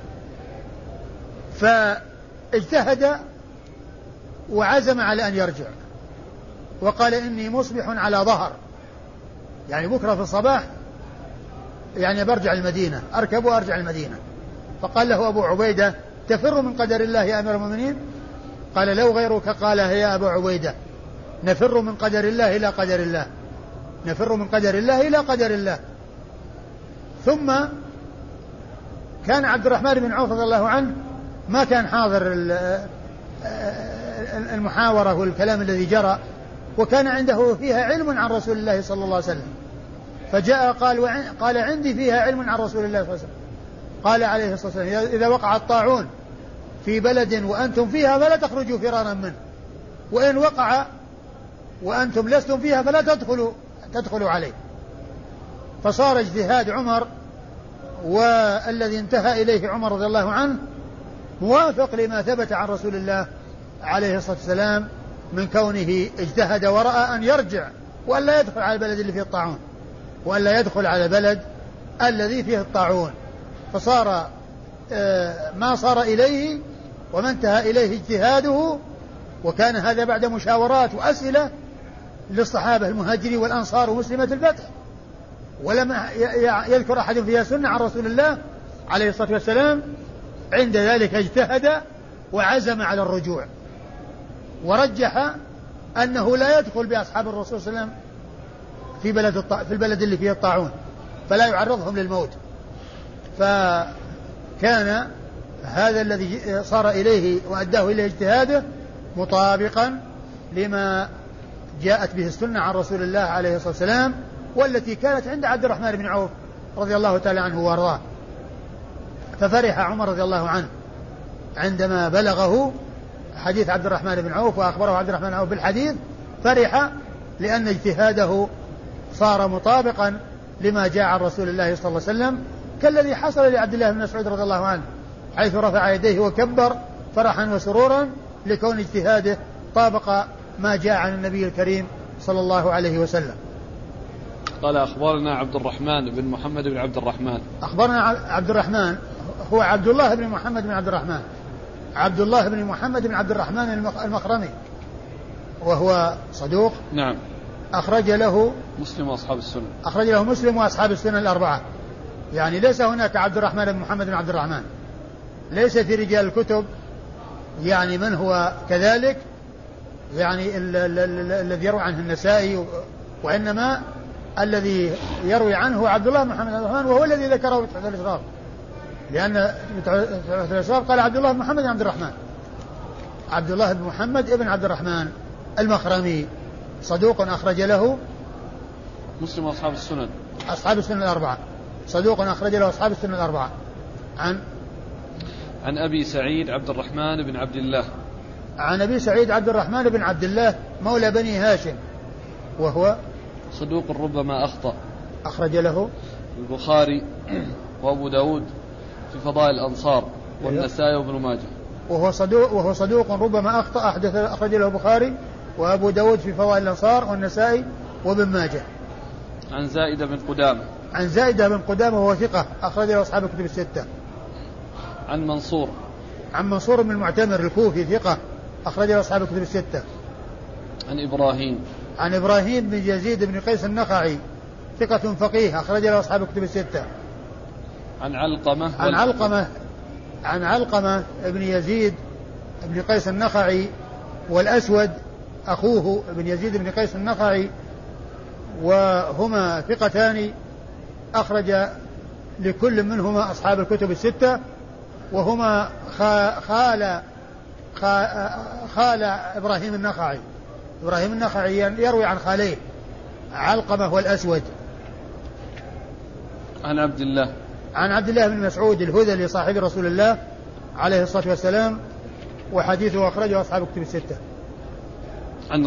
فاجتهد وعزم على أن يرجع، وقال إني مصبح على ظهر، يعني بكرة في الصباح يعني برجع المدينة، أركب وأرجع المدينة. فقال له أبو عبيدة تفر من قدر الله يا أمير المؤمنين؟ قال لو غيرك قال يا أبو عبيدة نفر من قدر الله إلى قدر الله، نفر من قدر الله إلى قدر الله. ثم كان عبد الرحمن بن عوف رضي الله عنه ما كان حاضر المحاورة والكلام الذي جرى، وكان عنده فيها علم عن رسول الله صلى الله عليه وسلم، فجاء قال عندي فيها علم عن رسول الله صلى الله عليه وسلم. قال عليه الصلاة والسلام إذا وقع الطاعون في بلد وأنتم فيها فلا تخرجوا فرارا منه، وإن وقع وأنتم لستم فيها فلا تدخلوا عليه. فصار اجتهاد عمر والذي انتهى إليه عمر رضي الله عنه موافق لما ثبت عن رسول الله عليه الصلاة والسلام من كونه اجتهد ورأى أن يرجع وأن لا يدخل على البلد اللي فيه الطاعون، وأن لا يدخل على البلد الذي فيه الطاعون. فصار ما صار إليه وما انتهى إليه اجتهاده، وكان هذا بعد مشاورات وأسئلة للصحابة المهاجرين والأنصار ومسلمة الفتح، ولم يذكر أحد فيها سنة عن رسول الله عليه الصلاة والسلام. عند ذلك اجتهد وعزم على الرجوع، ورجح أنه لا يدخل بأصحاب الرسول صلى الله عليه وسلم في البلد اللي فيه الطاعون، فلا يعرضهم للموت. فكان هذا الذي صار إليه وأداه إليه اجتهاده مطابقا لما جاءت به السنة عن رسول الله عليه الصلاة والسلام، والتي كانت عند عبد الرحمن بن عوف رضي الله تعالى عنه وارضاه. ففرح عمر رضي الله عنه عندما بلغه حديث عبد الرحمن بن عوف وأخبره عبد الرحمن بن عوف بالحديث، فرح لأن اجتهاده صار مطابقا لما جاء عن رسول الله صلى الله عليه وسلم، كالذي حصل لعبد الله بن مسعود رضي الله عنه حيث رفع يديه وكبر فرحا وسرورا لكون اجتهاده طابق ما جاء عن النبي الكريم صلى الله عليه وسلم. قال أخبرنا عبد الرحمن بن محمد بن عبد الرحمن. أخبرنا عبد الرحمن هو عبد الله بن محمد بن عبد الرحمن، عبد الله بن محمد بن عبد الرحمن المخرمي، وهو صدوق. نعم. أخرج له مسلم وأصحاب السنة. أخرج له مسلم وأصحاب السنة الأربعة. يعني ليس هناك عبد الرحمن بن محمد بن عبد الرحمن، ليس في رجال الكتب يعني من هو كذلك، يعني الذي يروي عنه النسائي، وإنما الذي يروي عنه هو عبد الله بن محمد بن عبد الرحمن، وهو الذي ذكره في تحفة الأشراف، لأن تحفة الأشراف قال عبد الله بن محمد بن عبد الرحمن، عبد الله بن محمد بن عبد الرحمن المخرمي، صدوق أخرج له مسلم وأصحاب السنن، أصحاب السنن الأربعة، صدوق أخرج له أصحاب السنن الأربعة. عن أبي سعيد عبد الرحمن بن عبد الله. عن أبي سعيد عبد الرحمن بن عبد الله مولى بني هاشم، وهو صدوق ربما أخطأ، أخرج له البخاري وأبو داود في فضائل الأنصار والنسائي وابن ماجه. وهو صدوق ربما أخطأ، أخرج له البخاري وأبو داود في فضائل الأنصار والنسائي وابن ماجه. عن زائدة بن قدامة. عن زائدة بن قدامة وهو ثقة، أخرج له أصحاب الكتب الستة. عن منصور بن المعتمر الكوفي ثقة أخرج له أصحاب الكتب الستة. عن إبراهيم بن يزيد بن قيس النخعي ثقة فقيه أخرج له أصحاب الكتب الستة. عن علقمة بن يزيد بن قيس النخعي والأسود أخوه بن يزيد بن قيس النخعي، وهما ثقتان أخرج لكل منهما أصحاب الكتب الستة، وهما خال إبراهيم النخعي. إبراهيم النخعي يروي عن خاليه علقمة والأسود. عن عبد الله بن مسعود الهذلي صاحب رسول الله عليه الصلاة والسلام، وحديثه أخرجه أصحاب الكتب الستة. عن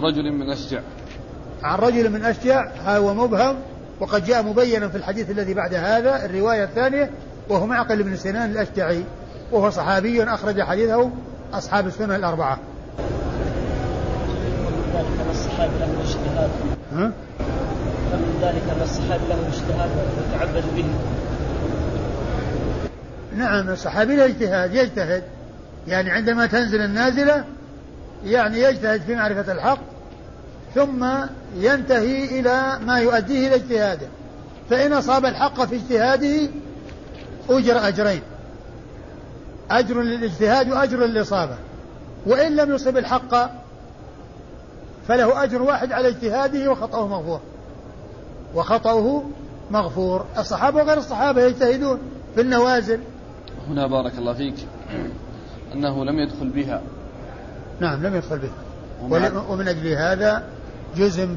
رجل من أشجع هو مبهم، وقد جاء مبينا في الحديث الذي بعد هذا الرواية الثانية، وهو معقل بن سنان الأشجعي، وهو صحابي أخرج حديثه أصحاب السنن الأربعة. فمن ذلك أن الصحابي له اجتهاد ويتعبد به. نعم، الصحابي له اجتهاد، يجتهد يعني عندما تنزل النازلة يعني يجتهد في معرفة الحق، ثم ينتهي إلى ما يؤديه إلى اجتهاده، فإن أصاب الحق في اجتهاده أجر أجرين، أجر للاجتهاد وأجر للإصابة، وإن لم يصب الحق فله أجر واحد على اجتهاده وخطأه مغفور. الصحابة وغير الصحابة يجتهدون في النوازل. هنا بارك الله فيك أنه لم يدخل بها. نعم، لم يدخل بها، ومن أجل هذا جزم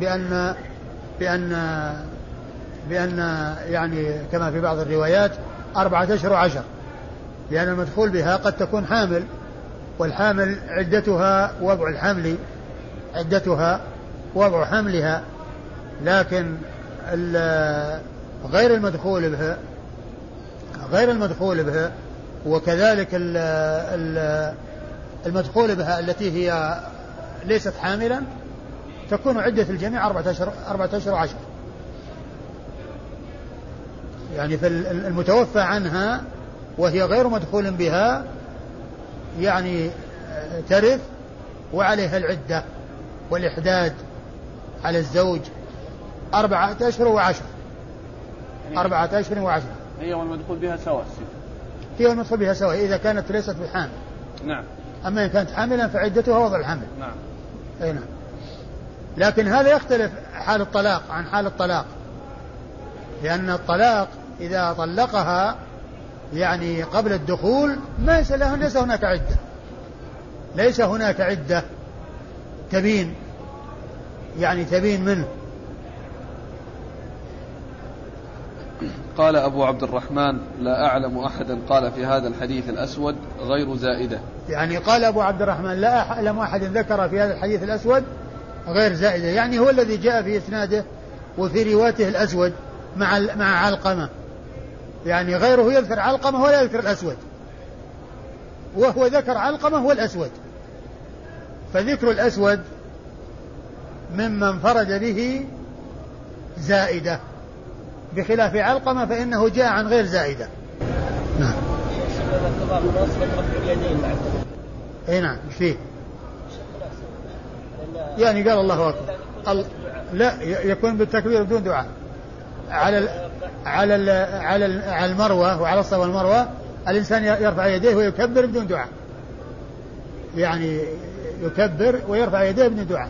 بأن يعني كما في بعض الروايات 14 أشهر و10، لأن المدخول بها قد تكون حامل، والحامل عدتها وضع حملها، لكن غير المدخول بها وكذلك المدخول بها التي هي ليست حاملا تكون عدة الجميع 14 و10. يعني في المتوفى عنها وهي غير مدخول بها يعني ترث، وعليها العدة والإحداد على الزوج 4 أشهر و10. 4 أشهر و10 هي والمدخول بها سواء. هي والمدخول بها سواء إذا كانت ليست بحامل. نعم. أما إن كانت حاملا فعدتها وضع الحمل. نعم. أي نعم. لكن هذا يختلف حال الطلاق عن حال الطلاق، لأن الطلاق إذا طلقها يعني قبل الدخول ليس هناك عدة تبين منه. قال أبو عبد الرحمن: لا أعلم أحدا قال في هذا الحديث الأسود غير زائدة. يعني قال أبو عبد الرحمن: لا أعلم أحد ذكر في هذا الحديث الأسود غير زائدة، يعني هو الذي جاء في إسناده وفي روايته الأسود مع علقمة، يعني غيره يذكر علقمة ولا يذكر الأسود، وهو ذكر علقمة والأسود، فذكر الأسود ممن فرد به زائدة، بخلاف علقمة فإنه جاء عن غير زائدة. نعم. اي نعم. ايش فيه؟ يعني قال الله أكبر. لا، يكون بالتكبير بدون دعاء. على المروة وعلى الصفا والمروة الإنسان يرفع يديه ويكبر بدون دعاء، يعني يكبر ويرفع يديه بدون دعاء.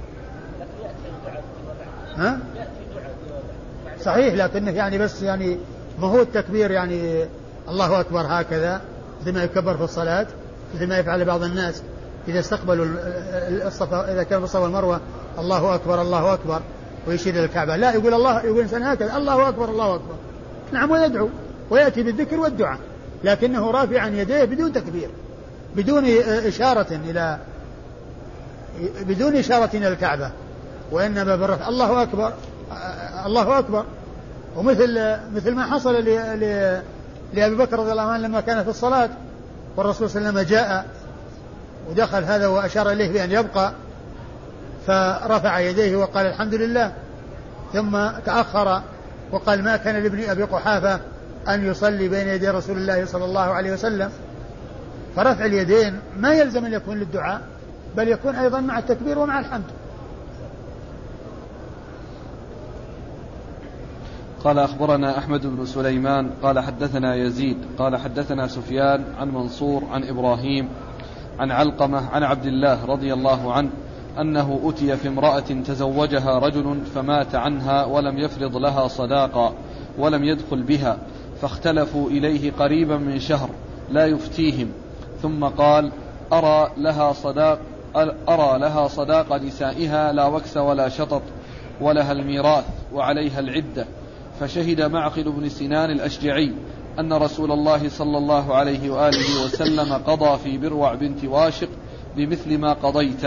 ها؟ صحيح، لكنه يعني بس يعني ما هو التكبير يعني الله أكبر هكذا زي ما يكبر في الصلاة، زي ما يفعل بعض الناس إذا استقبلوا الصفا، إذا كان في الصفا والمروة الله أكبر الله أكبر ويشير إلى الكعبة. لا، يقول الإنسان هكذا الله أكبر الله أكبر. نعم، ويدعو ويأتي بالذكر والدعاء، لكنه رافعا يديه بدون تكبير، بدون إشارة إلى الكعبة، وإنما بالرفع الله أكبر الله أكبر. ومثل ما حصل لأبي بكر رضي الله عنه لما كان في الصلاة والرسول صلى الله عليه وسلم جاء ودخل هذا وأشار إليه بأن يبقى، فرفع يديه وقال الحمد لله، ثم تأخر وقال ما كان لابن أبي قحافة أن يصلي بين يدي رسول الله صلى الله عليه وسلم، فرفع اليدين ما يلزم أن يكون للدعاء، بل يكون أيضا مع التكبير ومع الحمد. قال أخبرنا أحمد بن سليمان قال حدثنا يزيد قال حدثنا سفيان عن منصور عن إبراهيم عن علقمة عن عبد الله رضي الله عنه أنه أتي في امرأة تزوجها رجل فمات عنها ولم يفرض لها صداقا ولم يدخل بها، فاختلفوا إليه قريبا من شهر لا يفتيهم، ثم قال أرى لها صداق نسائها لا وكس ولا شطط، ولها الميراث وعليها العدة. فشهد معقل بن سنان الأشجعي أن رسول الله صلى الله عليه وآله وسلم قضى في بروع بنت واشق بمثل ما قضيت.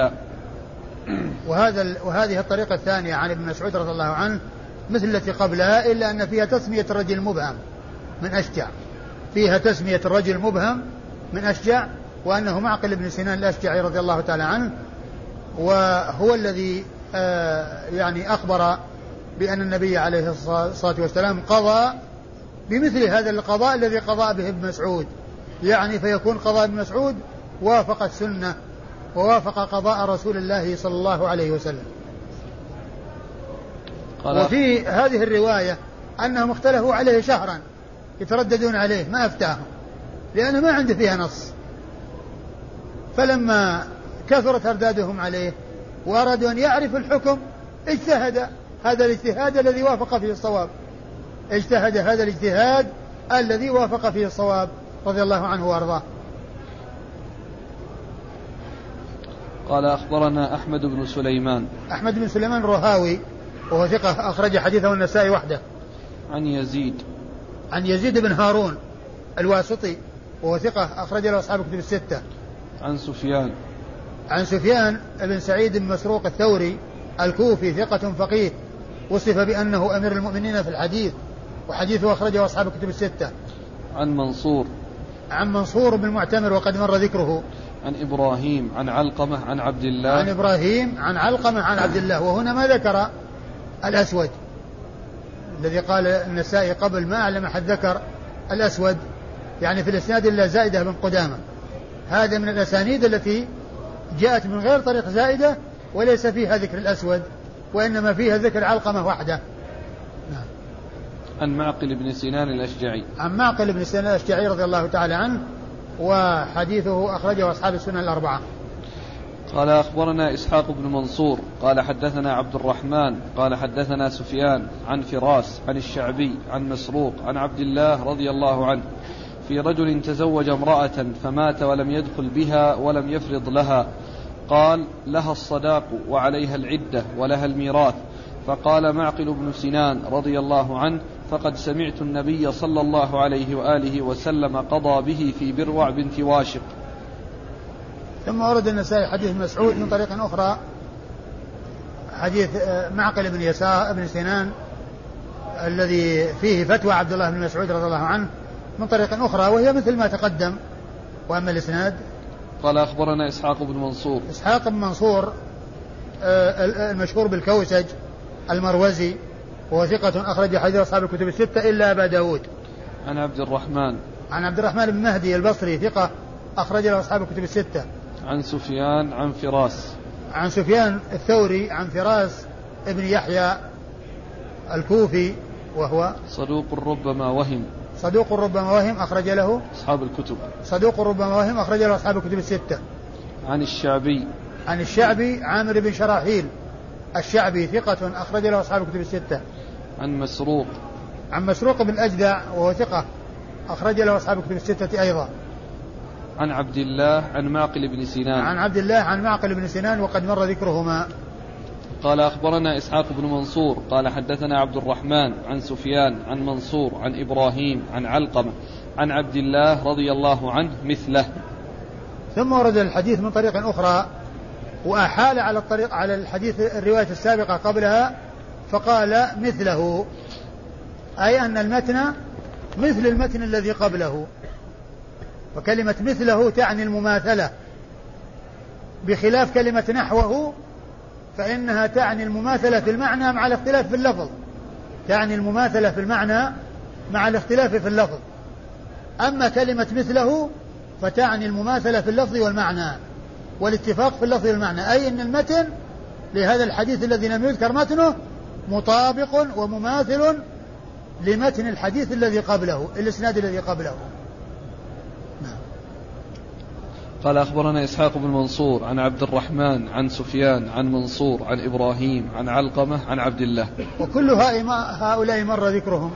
وهذه الطريقة الثانية عن ابن مسعود رضي الله عنه مثل التي قبلها، إلا أن فيها تسمية الرجل المبهم من أشجع، فيها تسمية الرجل المبهم من أشجع، وأنه معقل بن سنان الأشجعي رضي الله تعالى عنه، وهو الذي يعني أخبر بأن النبي عليه الصلاة والسلام قضى بمثل هذا القضاء الذي قضى به ابن مسعود، يعني فيكون قضاء ابن مسعود وافق السنة ووافق قضاء رسول الله صلى الله عليه وسلم. وفي هذه الرواية أنهم اختلفوا عليه شهرا يترددون عليه ما أفتاهم، لأنه ما عنده فيها نص، فلما كثر تردادهم عليه وأرادوا أن يعرفوا الحكم اجتهد هذا الاجتهاد الذي وافق فيه الصواب، اجتهد هذا الاجتهاد الذي وافق فيه الصواب رضي الله عنه وارضاه. قال أخبرنا أحمد بن سليمان. أحمد بن سليمان الرهاوي وهو ثقة أخرج حديثه النسائي وحده. عن يزيد بن هارون الواسطي وهو ثقة أخرج له أصحاب الكتب الستة. عن سفيان بن سعيد بن مسروق الثوري الكوفي ثقة فقيه وصف بأنه أمير المؤمنين في الحديث، وحديثه أخرجه أصحاب الكتب الستة. عن منصور بن المعتمر وقد مر ذكره. عن إبراهيم عن علقمة عن عبد الله. عن إبراهيم عن علقمة عن عبد الله، وهنا ما ذكر الأسود الذي قال النسائي قبل، ما أعلم أحد ذكر الأسود، يعني في الإسناد إلا زائدة بن قدامة. هذا من الأسانيد التي جاءت من غير طريق زائدة وليس فيها ذكر الأسود، وإنما فيها ذكر علقمة وحده. نعم. عن معقل بن سنان الأشجعي. عن معقل بن سنان الأشجعي رضي الله تعالى عنه، وحديثه أخرجه أصحاب السنن الأربعة. قال أخبرنا إسحاق بن منصور قال حدثنا عبد الرحمن قال حدثنا سفيان عن فراس عن الشعبي عن مسروق عن عبد الله رضي الله عنه في رجل تزوج امرأة فمات ولم يدخل بها ولم يفرض لها، قال لها الصداق وعليها العدة ولها الميراث. فقال معقل بن سنان رضي الله عنه فقد سمعت النبي صلى الله عليه وآله وسلم قضى به في بروع بنت واشق. ثم ورد النسائي حديث مسعود من طريق أخرى، حديث معقل بن سنان الذي فيه فتوى عبد الله بن مسعود رضي الله عنه من طريق أخرى، وهي مثل ما تقدم. وأما الإسناد قال أخبرنا إسحاق بن منصور المشهور بالكوسج المروزي وهو ثقة أخرج حديث أصحاب الكتب الستة إلا أبا داود. عن عبد الرحمن بن مهدي البصري ثقة أخرج له أصحاب الكتب الستة. عن سفيان عن فراس. عن سفيان الثوري عن فراس ابن يحيى الكوفي وهو صدوق ربما وهم أخرج له أصحاب الكتب الستة. عن الشعبي عامر بن شراحيل الشعبي ثقة أخرج له أصحاب الكتب الستة. عن مسروق بن الأجدع وهو ثقة أخرج له أصحاب الكتب الستة أيضا. عن عبد الله عن معقل بن سنان وقد مر ذكرهما. قال أخبرنا إسحاق بن منصور قال حدثنا عبد الرحمن عن سفيان عن منصور عن إبراهيم عن علقمة عن عبد الله رضي الله عنه مثله. ثم ورد الحديث من طريق أخرى وأحال على الحديث الرواية السابقة قبلها فقال مثله، أي أن المتن مثل المتن الذي قبله، وكلمة مثله تعني المماثلة، بخلاف كلمة نحوه فإنها تعني المماثلة في المعنى مع الاختلاف في اللفظ، أما كلمة مثله فتعني المماثلة في اللفظ والمعنى والاتفاق في اللفظ والمعنى، أي أن المتن لهذا الحديث الذي لم يذكر متنه مطابق ومماثل لمتن الحديث الذي قبله، الإسناد الذي قبله. قال أخبرنا إسحاق بن منصور عن عبد الرحمن عن سفيان عن منصور عن إبراهيم عن علقمة عن عبد الله. وكل هؤلاء مر ذكرهم.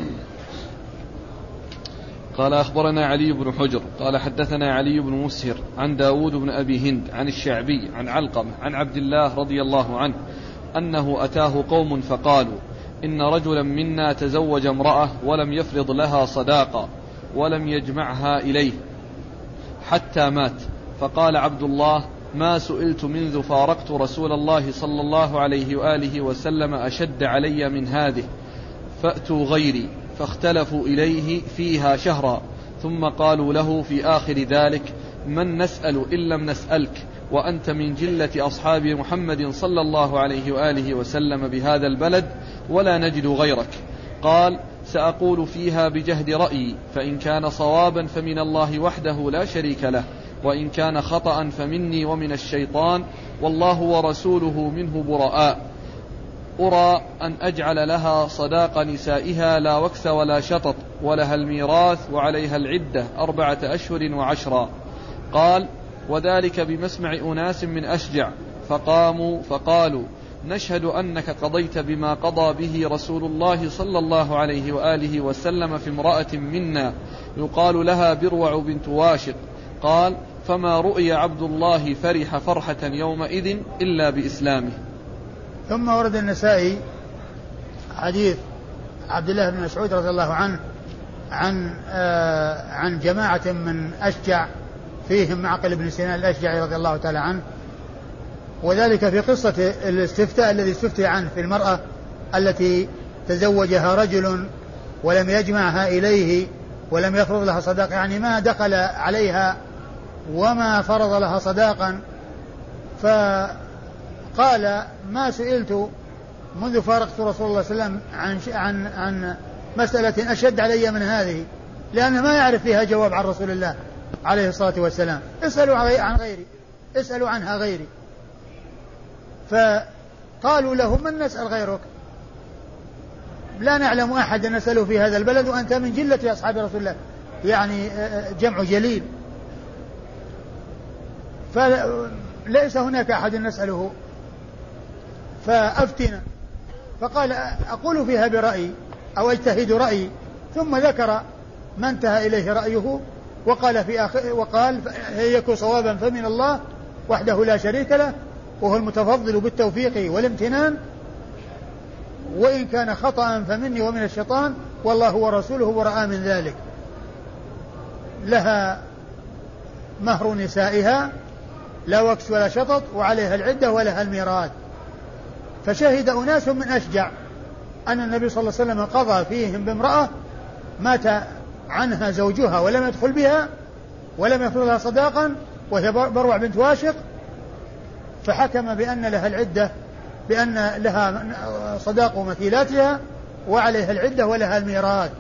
قال أخبرنا علي بن حجر قال حدثنا علي بن مسهر عن داود بن أبي هند عن الشعبي عن علقمة عن عبد الله رضي الله عنه أنه أتاه قوم فقالوا إن رجلا منا تزوج امرأة ولم يفرض لها صداقة ولم يجمعها إليه حتى مات، فقال عبد الله ما سئلت منذ فارقت رسول الله صلى الله عليه وآله وسلم أشد علي من هذه، فأتوا غيري فاختلفوا إليه فيها شهرا، ثم قالوا له في آخر ذلك من نسأل إن لم نسألك وأنت من جلة أصحاب محمد صلى الله عليه وآله وسلم بهذا البلد ولا نجد غيرك. قال سأقول فيها بجهد رأيي، فإن كان صوابا فمن الله وحده لا شريك له، وإن كان خطأ فمني ومن الشيطان، والله ورسوله منه براء. أرى أن أجعل لها صداق نسائها لا وكث ولا شطط، ولها الميراث وعليها العدة 4 أشهر و10. قال وذلك بمسمع أناس من أشجع، فقاموا فقالوا نشهد أنك قضيت بما قضى به رسول الله صلى الله عليه وآله وسلم في امرأة منا يقال لها بروع بنت واشق. قال فما رؤي عبد الله فرح فرحة يومئذ إلا بإسلامه. ثم ورد النسائي حديث عبد الله بن مسعود رضي الله عنه عن جماعة من أشجع فيهم معقل بن سنان الأشجعي رضي الله تعالى عنه، وذلك في قصة الاستفتاء الذي استفتي عنه في المرأة التي تزوجها رجل ولم يجمعها إليه ولم يفرض لها صداقة، يعني ما دخل عليها وما فرض لها صداقا. فقال ما سئلت منذ فارقت رسول الله صلى الله عليه وسلم عن مسألة أشد علي من هذه، لأنه ما يعرف فيها جواب عن رسول الله عليه الصلاة والسلام. اسألوا عن غيري، اسألوا عنها غيري. فقالوا له من نسأل غيرك، لا نعلم أحد نسأله في هذا البلد وأنت من جلة أصحاب رسول الله، يعني جمع جليل، فليس هناك أحد نسأله فأفتنا. فقال أقول فيها برأيي أو اجتهد رأيي، ثم ذكر ما انتهى إليه رأيه وقال في آخر وقال يكون صوابا فمن الله وحده لا شريك له، وهو المتفضل بالتوفيق والامتنان، وإن كان خطأ فمني ومن الشيطان، والله ورسوله براء من ذلك. لها مهر نسائها لا وكس ولا شطط، وعليها العدة ولها الميراث. فشهد أناس من أشجع أن النبي صلى الله عليه وسلم قضى فيهم بامرأة مات عنها زوجها ولم يدخل بها ولم يفرض لها صداقا، وهي بروع بنت واشق، فحكم بأن لها العدة، بأن لها صداق مثيلاتها وعليها العدة ولها الميراث.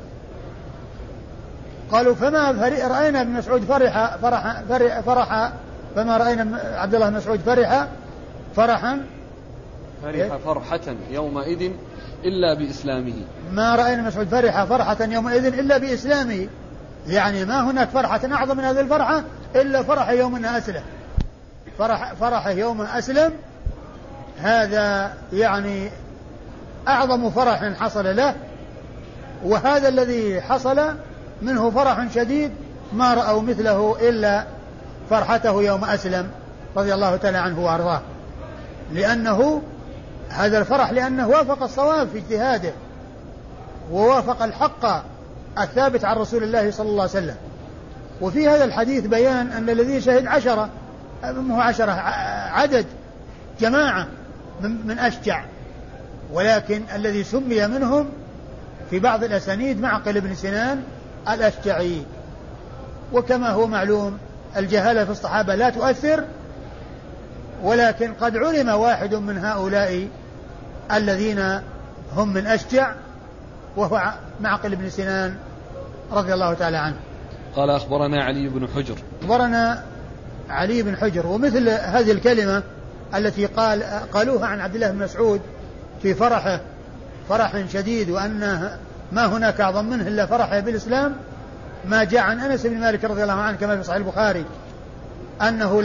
قالوا فما رأينا ابن مسعود فرح فما رأينا عبد الله بن مسعود فرح فرحا فرحة يومئذ إلا بإسلامه. ما رأينا مسعود فرح فرحة يومئذ إلا بإسلامه، يعني ما هناك فرحة أعظم من هذه الفرحة إلا فرح يوم أنها أسلم. فرح يوم أسلم، هذا يعني أعظم فرح حصل له، وهذا الذي حصل منه فرح شديد ما رأوا مثله إلا فرحته يوم أسلم رضي الله تعالى عنه وأرضاه، لأنه هذا الفرح لأنه وافق الصواب في اجتهاده ووافق الحق الثابت عن رسول الله صلى الله عليه وسلم. وفي هذا الحديث بيان أن الذي شهد 10 عدد جماعة من أشجع، ولكن الذي سمي منهم في بعض الأسانيد معقل بن سنان الأشجعي. وكما هو معلوم الجهالة في الصحابة لا تؤثر، ولكن قد علم واحد من هؤلاء الذين هم من أشجع وهو معقل بن سنان رضي الله تعالى عنه. قال أخبرنا علي بن حجر. أخبرنا علي بن حجر. ومثل هذه الكلمة التي قالوها عن عبد الله بن مسعود في فرحه فرح شديد وأنه ما هناك أعظم منه إلا فرحه بالإسلام، ما جاء عن أنس بن مالك رضي الله عنه كما في صحيح البخاري أنه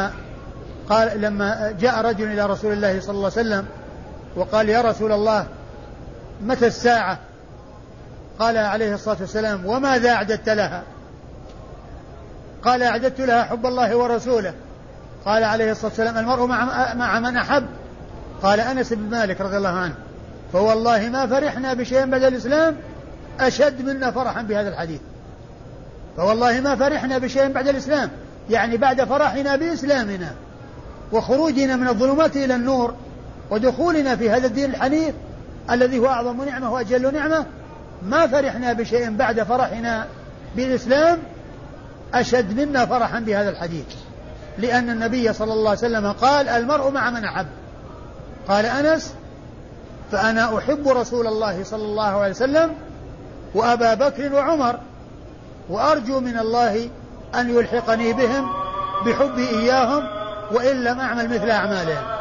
لما جاء رجل إلى رسول الله صلى الله عليه وسلم وقال يا رسول الله متى الساعة؟ قال عليه الصلاة والسلام وماذا أعددت لها؟ قال أعددت لها حب الله ورسوله. قال عليه الصلاة والسلام المرء مع من أحب. قال أنس بن مالك رضي الله عنه فوالله ما فرحنا بشيء بعد الإسلام أشد منا فرحا بهذا الحديث. فوالله ما فرحنا بشيء بعد الإسلام، يعني بعد فرحنا بإسلامنا وخروجنا من الظلمات إلى النور ودخولنا في هذا الدين الحنيف الذي هو أعظم نعمة وأجل نعمة، ما فرحنا بشيء بعد فرحنا بالإسلام أشد منا فرحا بهذا الحديث، لأن النبي صلى الله عليه وسلم قال المرء مع من أحب. قال أنس فأنا أحب رسول الله صلى الله عليه وسلم وأبا بكر وعمر وأرجو من الله أن يلحقني بهم بحبي إياهم وإن لم أعمل مثل أعمالهم.